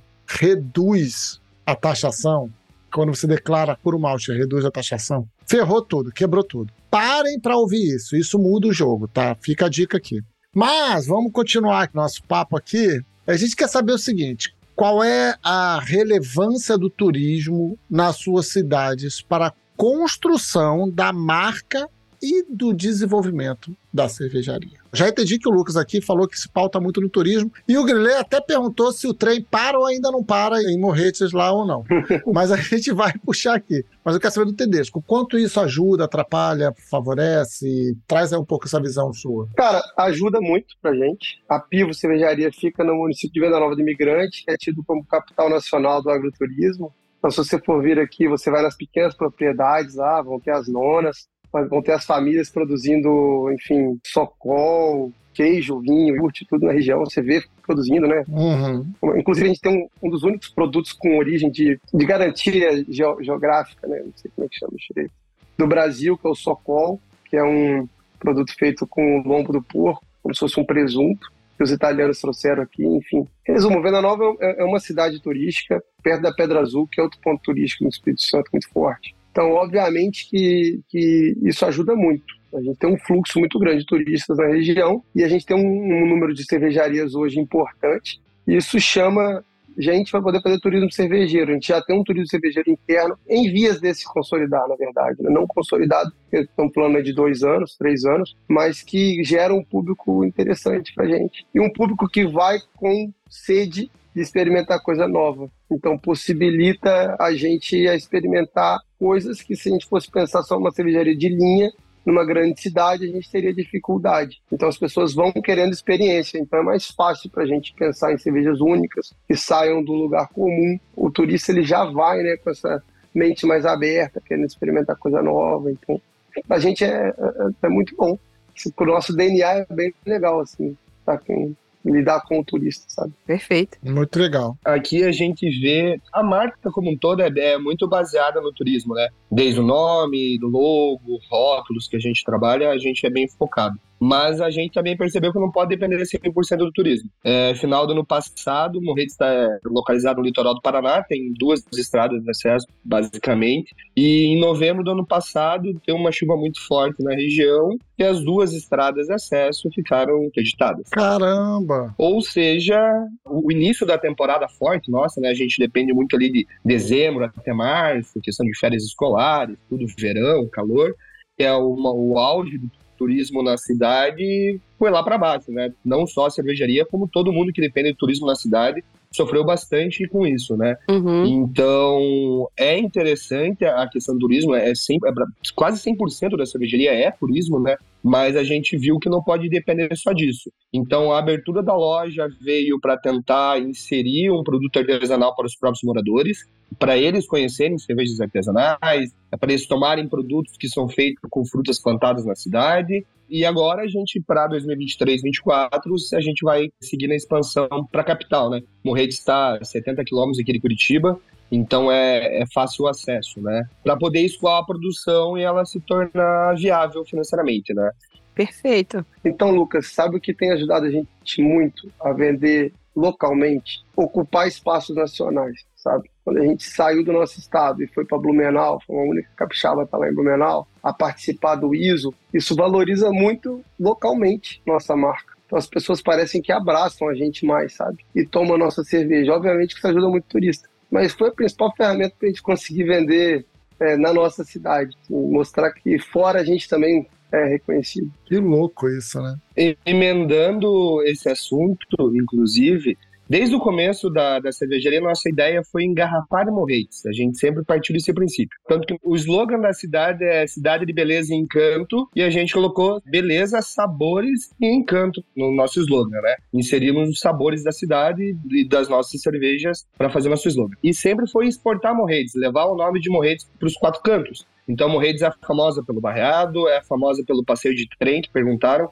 reduz a taxação, quando você declara puro malte reduz a taxação, ferrou tudo, quebrou tudo. Parem para ouvir isso, isso muda o jogo, tá? Fica a dica aqui. Mas vamos continuar nosso papo aqui. A gente quer saber o seguinte, qual é a relevância do turismo nas suas cidades para a construção da marca e do desenvolvimento da cervejaria? Já entendi que o Lucas aqui falou que se pauta muito no turismo, e o Grilê até perguntou se o trem para ou ainda não para em Morretes lá ou não. Mas a gente vai puxar aqui. Mas eu quero saber do Tedesco, quanto isso ajuda, atrapalha, favorece? Traz aí um pouco essa visão sua. Cara, ajuda muito pra gente. A Pivo Cervejaria fica no município de Venda Nova do Imigrante, que é tido como capital nacional do agroturismo. Então, se você for vir aqui, você vai nas pequenas propriedades lá, vão ter as nonas, vão ter as famílias produzindo, enfim, Sokol, queijo, vinho, iogurte, tudo na região. Você vê produzindo, né? Inclusive, a gente tem um dos únicos produtos com origem de garantia geográfica, né? Não sei como é que chama isso direito. Do Brasil, que é o Sokol, que é um produto feito com o lombo do porco, como se fosse um presunto, que os italianos trouxeram aqui, enfim. Resumo, Venda Nova é uma cidade turística, perto da Pedra Azul, que é outro ponto turístico no Espírito Santo muito forte. Então, obviamente que isso ajuda muito. A gente tem um fluxo muito grande de turistas na região e a gente tem um número de cervejarias hoje importante. E isso chama gente para poder fazer turismo cervejeiro. A gente já tem um turismo cervejeiro interno em vias de se consolidar, na verdade. Né? Não consolidado, porque é um plano de 2 anos, 3 anos, mas que gera um público interessante para a gente. E um público que vai com sede de experimentar coisa nova. Então, possibilita a gente a experimentar coisas que, se a gente fosse pensar só uma cervejaria de linha, numa grande cidade, a gente teria dificuldade. Então, as pessoas vão querendo experiência. Então, é mais fácil para a gente pensar em cervejas únicas que saiam do lugar comum. O turista, ele já vai, né, com essa mente mais aberta, querendo experimentar coisa nova. Então, a gente é muito bom. O nosso DNA é bem legal, assim, tá com lidar com o turista, sabe? Perfeito. Muito legal. Aqui a gente vê a marca como um todo é muito baseada no turismo, né? Desde o nome, do logo, rótulos que a gente trabalha, a gente é bem focado. Mas a gente também percebeu que não pode depender 100% do turismo. Final do ano passado, Morretes está localizado no litoral do Paraná, tem 2 estradas de acesso, basicamente. E em novembro do ano passado, tem uma chuva muito forte na região e as 2 estradas de acesso ficaram interditadas. Caramba! Ou seja, o início da temporada forte, nossa, né? A gente depende muito ali de dezembro até março, questão de férias escolares, tudo verão, calor, que é o auge do turismo na cidade, foi lá para baixo, né? Não só a cervejaria, como todo mundo que depende do turismo na cidade sofreu bastante com isso, né? Então, é interessante a questão do turismo, quase 100% da cervejaria é turismo, né? Mas a gente viu que não pode depender só disso. Então, a abertura da loja veio para tentar inserir um produto artesanal para os próprios moradores, para eles conhecerem cervejas artesanais, para eles tomarem produtos que são feitos com frutas plantadas na cidade. E agora a gente, para 2023, 2024, a gente vai seguir na expansão para a capital, né? Morretes está a 70 quilômetros aqui de Curitiba, então é fácil o acesso, né? Para poder escoar a produção e ela se tornar viável financeiramente, né? Perfeito. Então, Lucas, sabe o que tem ajudado a gente muito a vender localmente? Ocupar espaços nacionais, sabe? Quando a gente saiu do nosso estado e foi para Blumenau, foi a única capixaba a estar lá em Blumenau, a participar do ISO, isso valoriza muito localmente nossa marca. Então as pessoas parecem que abraçam a gente mais, sabe? E tomam a nossa cerveja. Obviamente que isso ajuda muito o turista. Mas foi a principal ferramenta para a gente conseguir vender na nossa cidade. Mostrar que fora a gente também é reconhecido. Que louco isso, né? Emendando esse assunto, inclusive, desde o começo da cervejaria, nossa ideia foi engarrafar Morretes. A gente sempre partiu desse princípio. Tanto que o slogan da cidade é Cidade de Beleza e Encanto, e a gente colocou beleza, sabores e encanto no nosso slogan, né? Inserimos os sabores da cidade e das nossas cervejas para fazer nosso slogan. E sempre foi exportar Morretes, levar o nome de Morretes para os 4 cantos. Então, Morretes é famosa pelo barreado, é famosa pelo passeio de trem, que perguntaram.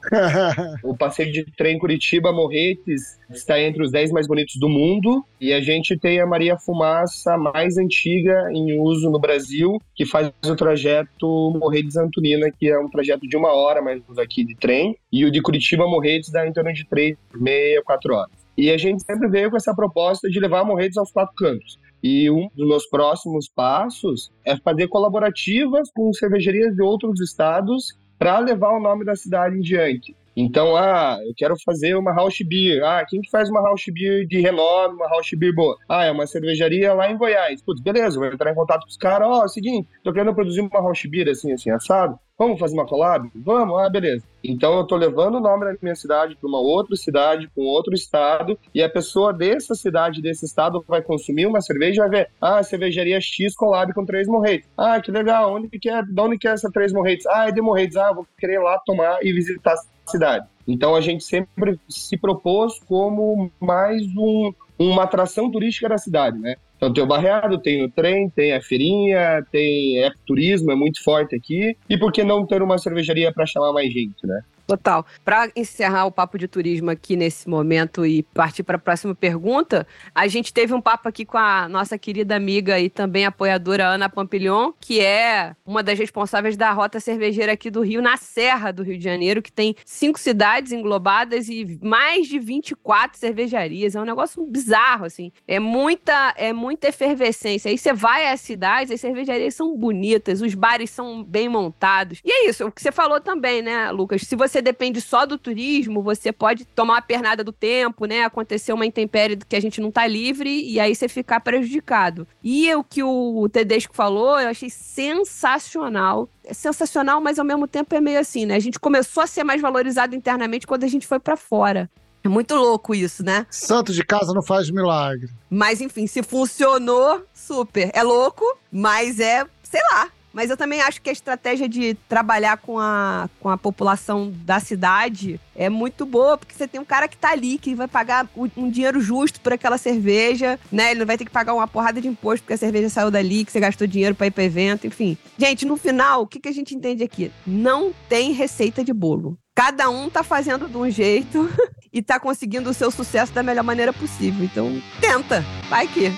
O passeio de trem Curitiba, Morretes, está entre os 10 mais bonitos do mundo. E a gente tem a Maria Fumaça mais antiga em uso no Brasil, que faz o trajeto Morretes-Antonina, que é um trajeto de 1 hora mais aqui de trem. E o de Curitiba-Morretes dá em torno de 3,5 a 4 horas. E a gente sempre veio com essa proposta de levar Morretes aos 4 cantos. E um dos meus próximos passos é fazer colaborativas com cervejarias de outros estados para levar o nome da cidade em diante. Então, eu quero fazer uma house beer. Quem que faz uma house beer de renome, uma house beer boa? É uma cervejaria lá em Goiás. Putz, beleza, vou entrar em contato com os caras. É o seguinte, tô querendo produzir uma house beer assim, assado. Vamos fazer uma collab? Vamos? Beleza. Então, eu tô levando o nome da minha cidade para uma outra cidade, para um outro estado, e a pessoa dessa cidade, desse estado, vai consumir uma cerveja e vai ver, cervejaria X collab com 3 Morretes. Que legal, de onde que é essa 3 Morretes? É de Morretes. Vou querer ir lá tomar e visitar a cidade. Então, a gente sempre se propôs como mais uma atração turística da cidade, né? Então tem o barreado, tem o trem, tem a feirinha, tem ecoturismo, é muito forte aqui. E por que não ter uma cervejaria para chamar mais gente, né? Total. Para encerrar o papo de turismo aqui nesse momento e partir para a próxima pergunta, a gente teve um papo aqui com a nossa querida amiga e também apoiadora Ana Pampilhon, que é uma das responsáveis da Rota Cervejeira aqui do Rio, na Serra do Rio de Janeiro, que tem 5 cidades englobadas e mais de 24 cervejarias. É um negócio bizarro, assim. É muita efervescência. Aí você vai às cidades, as cervejarias são bonitas, os bares são bem montados. E é isso, o que você falou também, né, Lucas? Se você depende só do turismo, você pode tomar uma pernada do tempo, né? Acontecer uma intempérie que a gente não tá livre e aí você ficar prejudicado. E o que o Tedesco falou, eu achei sensacional. É sensacional, mas ao mesmo tempo é meio assim, né? A gente começou a ser mais valorizado internamente quando a gente foi pra fora. É muito louco isso, né? Santo de casa não faz milagre. Mas enfim, se funcionou, super. É louco, mas sei lá. Mas eu também acho que a estratégia de trabalhar com a população da cidade é muito boa, porque você tem um cara que tá ali, que vai pagar um dinheiro justo por aquela cerveja, né? Ele não vai ter que pagar uma porrada de imposto porque a cerveja saiu dali, que você gastou dinheiro pra ir pro evento, enfim. Gente, no final, o que a gente entende aqui? Não tem receita de bolo. Cada um tá fazendo de um jeito e tá conseguindo o seu sucesso da melhor maneira possível. Então, tenta. Vai que...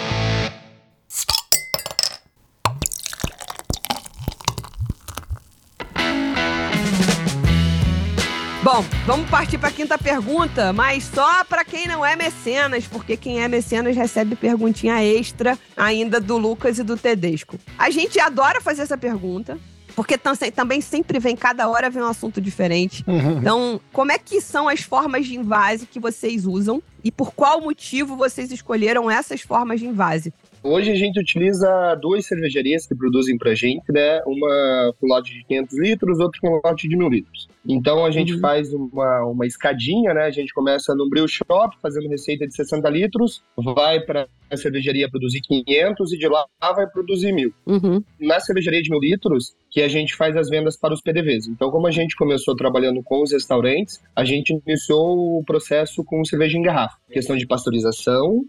Bom, vamos partir para a 5ª pergunta, mas só para quem não é mecenas, porque quem é mecenas recebe perguntinha extra ainda do Lucas e do Tedesco. A gente adora fazer essa pergunta, porque também sempre cada hora vem um assunto diferente. Então, como é que são as formas de invase que vocês usam E por qual motivo vocês escolheram essas formas de envase? Hoje a gente utiliza 2 cervejarias que produzem pra gente, né? Uma com lote de 500 litros, outra com lote de 1.000 litros. Então a gente faz uma escadinha, né? A gente começa no brew shop, fazendo receita de 60 litros, vai para a cervejaria produzir 500 e de lá vai produzir 1.000. Na cervejaria de 1.000 litros, que a gente faz as vendas para os PDVs. Então, como a gente começou trabalhando com os restaurantes, a gente iniciou o processo com cerveja em garrafa. Questão de pasteurização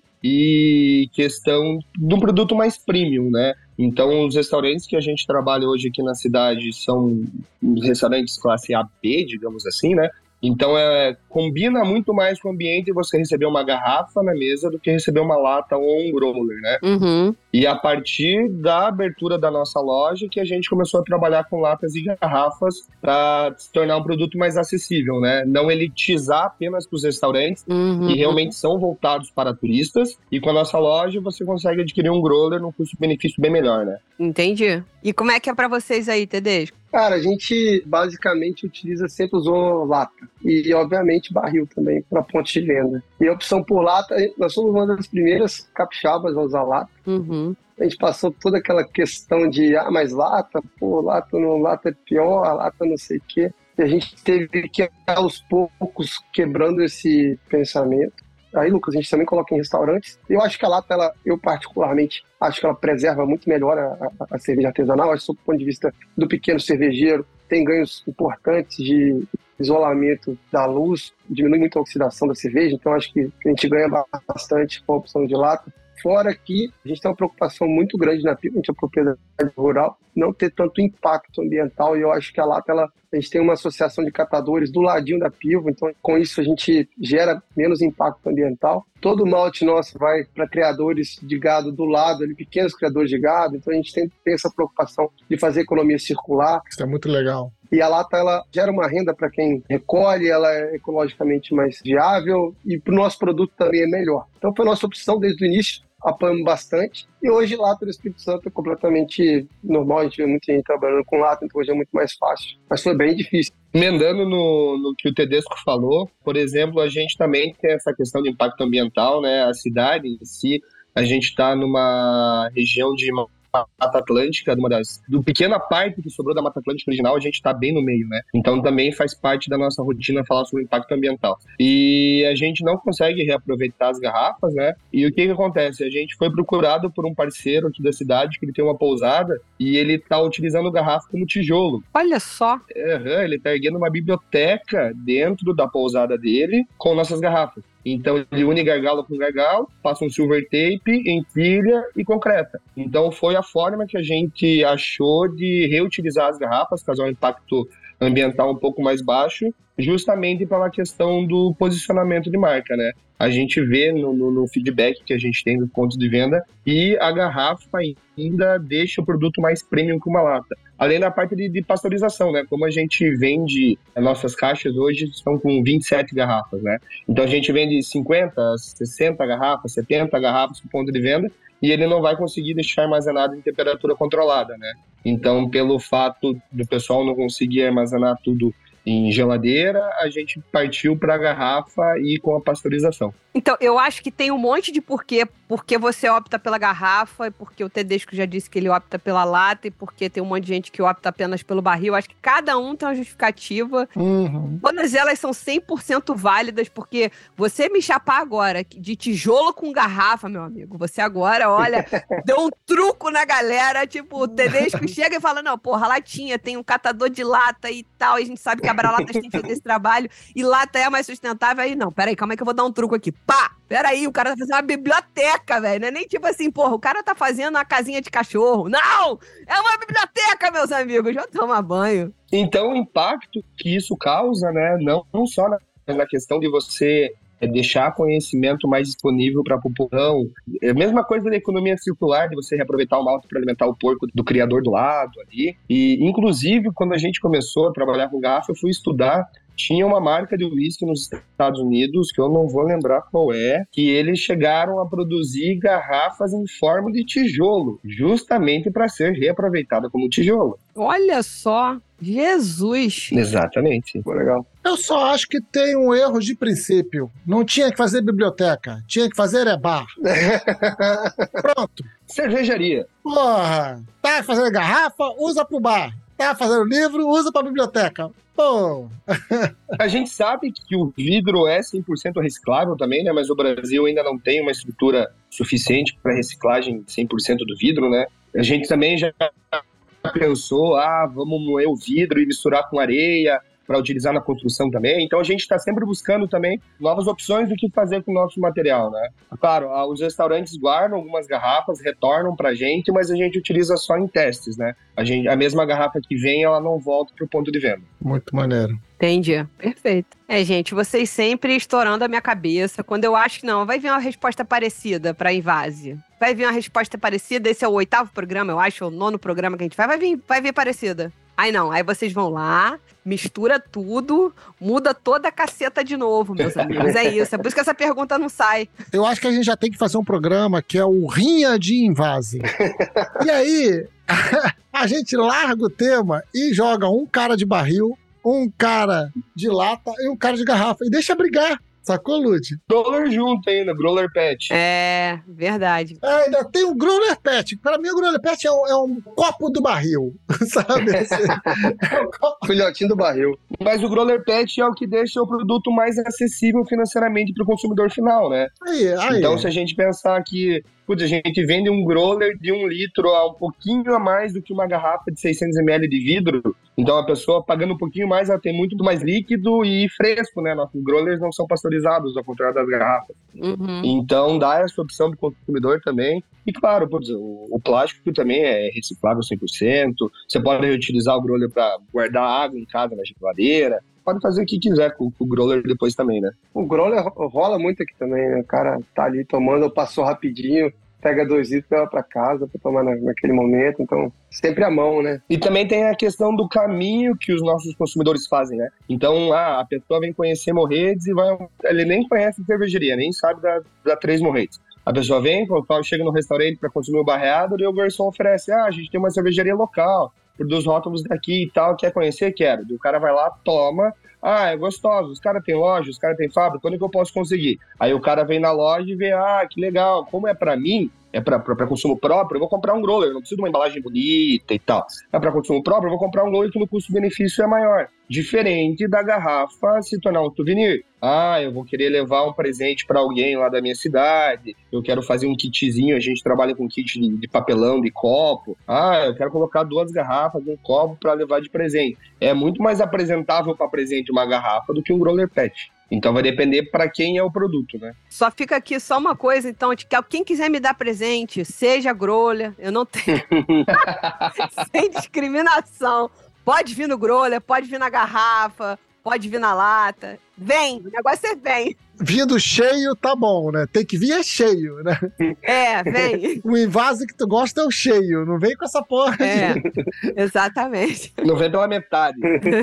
e questão de um produto mais premium, né? Então, os restaurantes que a gente trabalha hoje aqui na cidade são restaurantes classe A, B, digamos assim, né? Então, combina muito mais com o ambiente você receber uma garrafa na mesa do que receber uma lata ou um growler, né? E a partir da abertura da nossa loja que a gente começou a trabalhar com latas e garrafas para se tornar um produto mais acessível, né? Não elitizar apenas para os restaurantes, que realmente são voltados para turistas. E com a nossa loja você consegue adquirir um growler num custo-benefício bem melhor, né? Entendi. E como é que é para vocês aí, Tedesco? Cara, a gente basicamente sempre usou lata e, obviamente, barril também para pontos de venda. E a opção por lata, nós somos uma das primeiras capixabas a usar lata. A gente passou toda aquela questão de, mas lata é pior, a lata não sei o quê. E a gente teve que, aos poucos, quebrando esse pensamento. Aí, Lucas, a gente também coloca em restaurantes. Eu acho que a lata, eu particularmente, acho que ela preserva muito melhor a cerveja artesanal. Acho que, do ponto de vista do pequeno cervejeiro, tem ganhos importantes de isolamento da luz, diminui muito a oxidação da cerveja. Então, acho que a gente ganha bastante com a opção de lata. Fora que a gente tem uma preocupação muito grande na piva, a gente é propriedade rural, não ter tanto impacto ambiental, e eu acho que a lata, a gente tem uma associação de catadores do ladinho da piva, então com isso a gente gera menos impacto ambiental. Todo o malte nosso vai para criadores de gado do lado, pequenos criadores de gado, então a gente tem essa preocupação de fazer economia circular. Isso é muito legal. E a lata, ela gera uma renda para quem recolhe, ela é ecologicamente mais viável e para o nosso produto também é melhor. Então foi a nossa opção desde o início, apoiamos bastante. E hoje lata do Espírito Santo é completamente normal, a gente vê muita gente trabalhando com lata, então hoje é muito mais fácil. Mas foi bem difícil. Emendando no que o Tedesco falou, por exemplo, a gente também tem essa questão de impacto ambiental, né? A cidade em si, a gente está numa região de Mata Atlântica, do pequena parte que sobrou da Mata Atlântica original, a gente está bem no meio, né? Então também faz parte da nossa rotina falar sobre o impacto ambiental. E a gente não consegue reaproveitar as garrafas, né? E o que acontece? A gente foi procurado por um parceiro aqui da cidade, que ele tem uma pousada, e ele está utilizando garrafa como tijolo. Olha só! Ele está erguendo uma biblioteca dentro da pousada dele com nossas garrafas. Então ele une gargalo com gargalo, passa um silver tape, empilha e concreta. Então foi a forma que a gente achou de reutilizar as garrafas, causar um impacto ambiental um pouco mais baixo, justamente pela questão do posicionamento de marca, né? A gente vê no feedback que a gente tem dos pontos de venda e a garrafa ainda deixa o produto mais premium que uma lata. Além da parte de pasteurização, né? Como a gente vende, as nossas caixas hoje estão com 27 garrafas, né? Então a gente vende 50, 60 garrafas, 70 garrafas para o ponto de venda e ele não vai conseguir deixar armazenado em temperatura controlada, né? Então, pelo fato do pessoal não conseguir armazenar tudo em geladeira, a gente partiu para a garrafa e com a pasteurização. Então, eu acho que tem um monte de porquê. Porque você opta pela garrafa, e porque o Tedesco já disse que ele opta pela lata, e porque tem um monte de gente que opta apenas pelo barril. Acho que cada um tem uma justificativa. Todas elas são 100% válidas, porque você me chapar agora de tijolo com garrafa, meu amigo, você agora, olha, deu um truco na galera, tipo, o Tedesco chega e fala, não, porra, latinha, tem um catador de lata e tal, e a gente sabe que a Abralatas tem feito esse trabalho, e lata é mais sustentável. Aí, não, peraí, calma aí que eu vou dar um truco aqui. Pá! Peraí, o cara tá fazendo uma biblioteca, velho. Não é nem tipo assim, porra, o cara tá fazendo uma casinha de cachorro. Não! É uma biblioteca, meus amigos. Já toma banho. Então, o impacto que isso causa, né, não só na questão de você deixar conhecimento mais disponível para a população. É a mesma coisa da economia circular, de você reaproveitar o malte para alimentar o porco do criador do lado ali. E, inclusive, quando a gente começou a trabalhar com garrafa, eu fui estudar Tinha uma marca de uísque nos Estados Unidos, que eu não vou lembrar qual é, que eles chegaram a produzir garrafas em forma de tijolo, justamente para ser reaproveitada como tijolo. Olha só, Jesus! Exatamente. Pô, legal. Eu só acho que tem um erro de princípio. Não tinha que fazer biblioteca, tinha que fazer bar. Pronto. Cervejaria. Porra, tá fazendo garrafa, usa pro bar. Tá fazendo livro, usa pra biblioteca. Pô. A gente sabe que o vidro é 100% reciclável também, né? Mas o Brasil ainda não tem uma estrutura suficiente para reciclagem 100% do vidro, né? A gente também já pensou, vamos moer o vidro e misturar com areia para utilizar na construção também. Então a gente está sempre buscando também novas opções do que fazer com o nosso material, né? Claro, os restaurantes guardam algumas garrafas, retornam para a gente, mas a gente utiliza só em testes, né? A mesma garrafa que vem, ela não volta para o ponto de venda. Muito maneiro. Entendi. Perfeito. Gente, vocês sempre estourando a minha cabeça. Quando eu acho que não, vai vir uma resposta parecida pra Invase. Vai vir uma resposta parecida. Esse é o 8º programa, eu acho, ou o 9º programa que a gente vai vir parecida. Aí não, aí vocês vão lá, mistura tudo, muda toda a caceta de novo, meus amigos. É isso, é por isso que essa pergunta não sai. Eu acho que a gente já tem que fazer um programa que é o Rinha de Invase. E aí, a gente larga o tema e joga um cara de barril, um cara de lata e um cara de garrafa. E deixa brigar. Sacou, Lud? Growler junto ainda, Growler Pet. É, verdade. Ainda tem o Growler Pet. Para mim, o Growler Pet é um copo do barril, sabe? É um copo... Filhotinho do barril. Mas o Growler Pet é o que deixa o produto mais acessível financeiramente para o consumidor final, né? Aí. Então, se a gente pensar que a gente vende um growler de 1 litro a um pouquinho a mais do que uma garrafa de 600 ml de vidro. Então, a pessoa pagando um pouquinho mais, ela tem muito mais líquido e fresco, né? Nossos growlers não são pasteurizados, ao contrário das garrafas. Uhum. Então, dá essa opção para o consumidor também. E, claro, o plástico também é reciclável 100%. Você pode reutilizar o growler para guardar água em casa, na geladeira. Pode fazer o que quiser com o growler depois também, né? O growler rola muito aqui também, né? O cara tá ali tomando, ou passou rapidinho, pega 2 litros e leva pra casa pra tomar naquele momento. Então, sempre à mão, né? E também tem a questão do caminho que os nossos consumidores fazem, né? Então, a pessoa vem conhecer Morretes e ele nem conhece cervejaria, nem sabe da Três Morretes. A pessoa vem, chega no restaurante para consumir o barreado e o garçom oferece, a gente tem uma cervejaria local, produz rótulos daqui e tal, quer conhecer? Quero. E o cara vai lá, toma, é gostoso, os caras têm loja, os caras têm fábrica, quando é que eu posso conseguir? Aí o cara vem na loja e vê, que legal, como é para mim, é para consumo próprio, eu vou comprar um growler, não preciso de uma embalagem bonita e tal. É para consumo próprio, eu vou comprar um growler que no custo-benefício é maior. Diferente da garrafa se tornar um souvenir. Eu vou querer levar um presente para alguém lá da minha cidade, eu quero fazer um kitzinho, a gente trabalha com kit de papelão, de copo. Eu quero colocar 2 garrafas, um copo para levar de presente. É muito mais apresentável para presente uma garrafa do que um growler pet. Então vai depender para quem é o produto, né? Só fica aqui só uma coisa, então, de que quem quiser me dar presente, seja growler, eu não tenho. Sem discriminação. Pode vir no growler, pode vir na garrafa, pode vir na lata. Vem, o negócio é vem. Vindo cheio, tá bom, né? Tem que vir cheio, né? Vem. O invase que tu gosta é o cheio, não vem com essa porra. Exatamente. Não vem pela metade.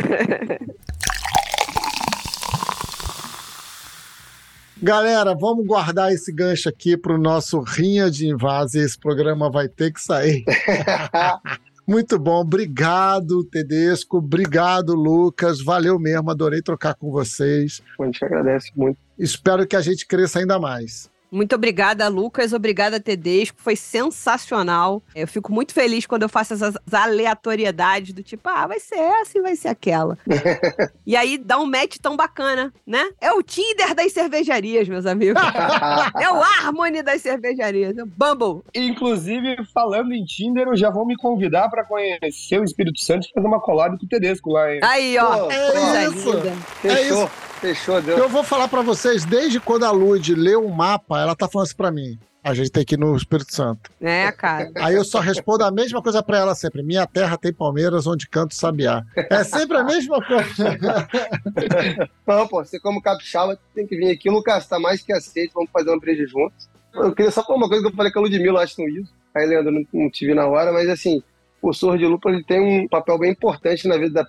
Galera, vamos guardar esse gancho aqui pro nosso Rinha de Invase. Esse programa vai ter que sair. Muito bom. Obrigado, Tedesco. Obrigado, Lucas. Valeu mesmo. Adorei trocar com vocês. A gente agradece muito. Espero que a gente cresça ainda mais. Muito obrigada, Lucas. Obrigada, Tedesco. Foi sensacional. Eu fico muito feliz quando eu faço essas aleatoriedades do tipo, vai ser essa e vai ser aquela. E aí dá um match tão bacana, né? É o Tinder das cervejarias, meus amigos. É o Harmony das cervejarias. É o Bumble. Inclusive, falando em Tinder, eu já vou me convidar para conhecer o Espírito Santo e fazer uma collab com o Tedesco lá, hein? Aí, ó. É isso. Fechou. Fechou, Deus. Eu vou falar pra vocês, desde quando a Lud leu um mapa, ela tá falando assim pra mim. A gente tem que ir no Espírito Santo. Cara. Aí eu só respondo a mesma coisa pra ela sempre. Minha terra tem palmeiras onde canto sabiá. É sempre a mesma coisa. Não, você como capixaba tem que vir aqui. Lucas, tá mais que aceito. Vamos fazer uma breja juntos. Eu queria só falar uma coisa que eu falei com a Ludmilla, acho que não isso. Aí, Leandro, não te vi na hora, mas assim, o Sorro de Lúpulo ele tem um papel bem importante na vida da Pivo.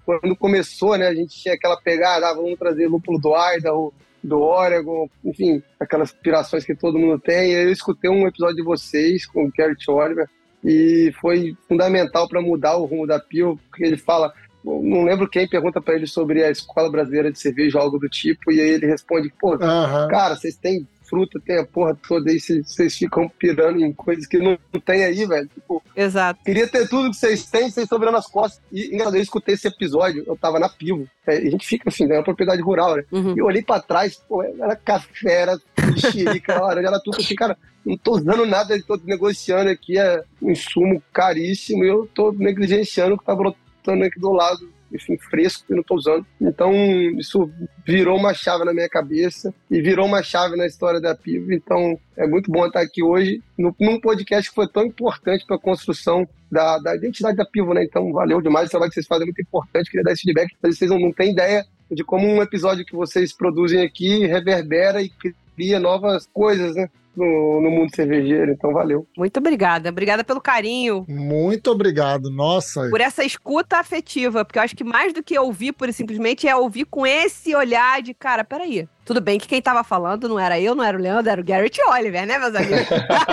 quando começou, né, a gente tinha aquela pegada, vamos trazer lúpulo do Idaho, do Oregon, enfim, aquelas aspirações que todo mundo tem. Eu escutei um episódio de vocês com o Garrett Oliver e foi fundamental para mudar o rumo da Pivo, porque ele fala, não lembro quem pergunta para ele sobre a Escola Brasileira de Cerveja, algo do tipo, e aí ele responde, pô, cara, vocês têm fruta, tem a porra toda aí, vocês ficam pirando em coisas que não tem aí, velho. Tipo, exato. Queria ter tudo que vocês têm, vocês estão virando as costas. E engraçado, eu escutei esse episódio, eu tava na Pivo, e a gente fica assim, né, na propriedade rural, né? E eu olhei pra trás, pô, era café, era mexerica, laranja, era tudo assim, cara, não tô usando nada, tô negociando aqui, é um insumo caríssimo, e eu tô negligenciando o que tá brotando aqui do lado, enfim, fresco, que eu não tô usando. Então, isso virou uma chave na minha cabeça e virou uma chave na história da Pivo. Então, é muito bom estar aqui hoje num podcast que foi tão importante para a construção da identidade da Pivo, né? Então, valeu demais, o trabalho que vocês fazem é muito importante. Queria dar esse feedback, vocês não têm ideia de como um episódio que vocês produzem aqui reverbera e cria novas coisas, né? No mundo cervejeiro, então valeu. Muito obrigada. Obrigada pelo carinho. Muito obrigado, nossa. Por essa escuta afetiva, porque eu acho que mais do que ouvir pura e simplesmente é ouvir com esse olhar de, cara, peraí. Tudo bem que quem tava falando não era eu, não era o Leandro, era o Garrett Oliver, né, meus amigos?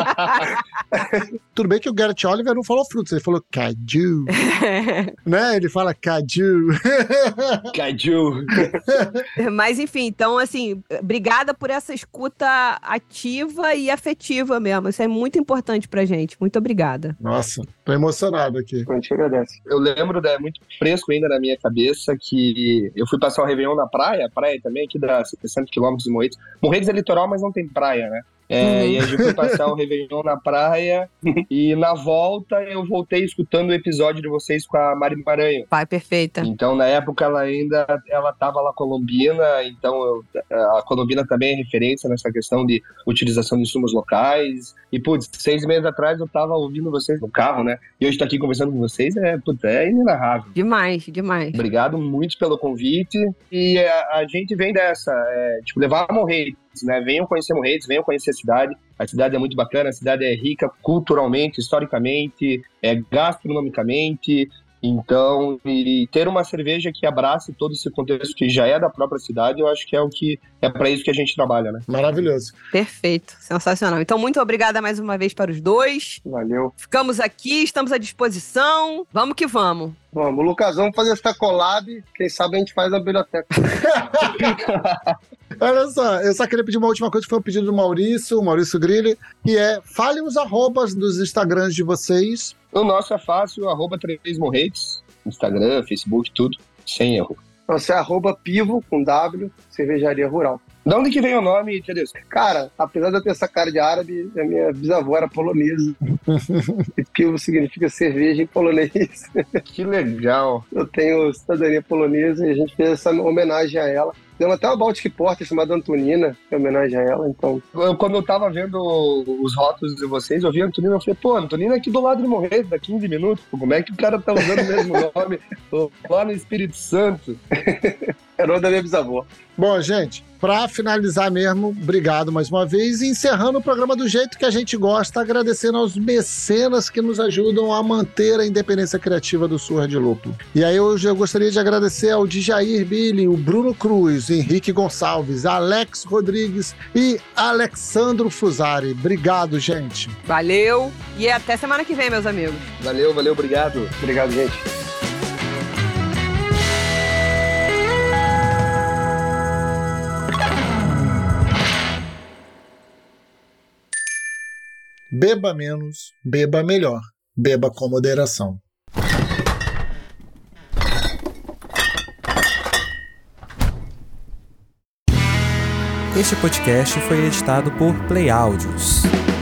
Tudo bem que o Garrett Oliver não falou frutos, ele falou caju. Né? Ele fala caju. Caju. Mas, enfim, então, assim, obrigada por essa escuta ativa e afetiva mesmo. Isso é muito importante pra gente. Muito obrigada. Nossa, tô emocionado aqui. A gente agradece. Eu lembro, é muito fresco ainda na minha cabeça, que eu fui passar o Réveillon na praia também, aqui da 60 quilômetros de Morretes. Morretes é litoral, mas não tem praia, né? E a gente foi passar o Réveillon na praia e na volta eu voltei escutando o episódio de vocês com a Mari Maranhão. Pai, perfeita. Então, na época, ela tava lá colombina, então a colombina também é referência nessa questão de utilização de insumos locais. E, putz, 6 meses atrás eu tava ouvindo vocês no carro, né? E hoje tô aqui conversando com vocês, é inenarrável. Demais, demais. Obrigado muito pelo convite. E a gente vem dessa, levar a Morretes, né? Venham conhecer Morretes, venham conhecer a cidade. A cidade é muito bacana, a cidade é rica culturalmente, historicamente, gastronomicamente. Então, e ter uma cerveja que abrace todo esse contexto que já é da própria cidade, eu acho que é para isso que a gente trabalha, né? Maravilhoso. Perfeito, sensacional. Então, muito obrigada mais uma vez para os dois. Valeu. Ficamos aqui, estamos à disposição. Vamos que vamos. Vamos, Lucas, vamos fazer essa collab. Quem sabe a gente faz a biblioteca. Olha só, eu só queria pedir uma última coisa, que foi um pedido do Maurício Grilli, que é, falem os arrobas dos Instagrams de vocês. O nosso é fácil, @3morretes, Instagram, Facebook, tudo, sem erro. Você é @pivo, com W, cervejaria rural. De onde que vem o nome, Tedesco? Cara, apesar de eu ter essa cara de árabe, a minha bisavó era polonesa. E pivo significa cerveja em polonês. Que legal. Eu tenho cidadania polonesa e a gente fez essa homenagem a ela. Tem até uma Baltic Porter chamada Antonina, em homenagem a ela, então... Quando eu tava vendo os rótulos de vocês, eu vi a Antonina, eu falei, pô, Antonina é aqui do lado de Morretes, dá 15 minutos, como é que o cara tá usando o mesmo nome lá no Espírito Santo? Era o nome da minha bisavó. Bom, gente, para finalizar mesmo, obrigado mais uma vez. E encerrando o programa do jeito que a gente gosta, agradecendo aos mecenas que nos ajudam a manter a independência criativa do Surra de Lúpulo. E aí hoje eu gostaria de agradecer ao Djair Billy, o Bruno Cruz, Henrique Gonçalves, Alex Rodrigues e Alexandro Fusari. Obrigado, gente. Valeu e até semana que vem, meus amigos. Valeu, obrigado. Obrigado, gente. Beba menos, beba melhor. Beba com moderação. Este podcast foi editado por Play Áudios.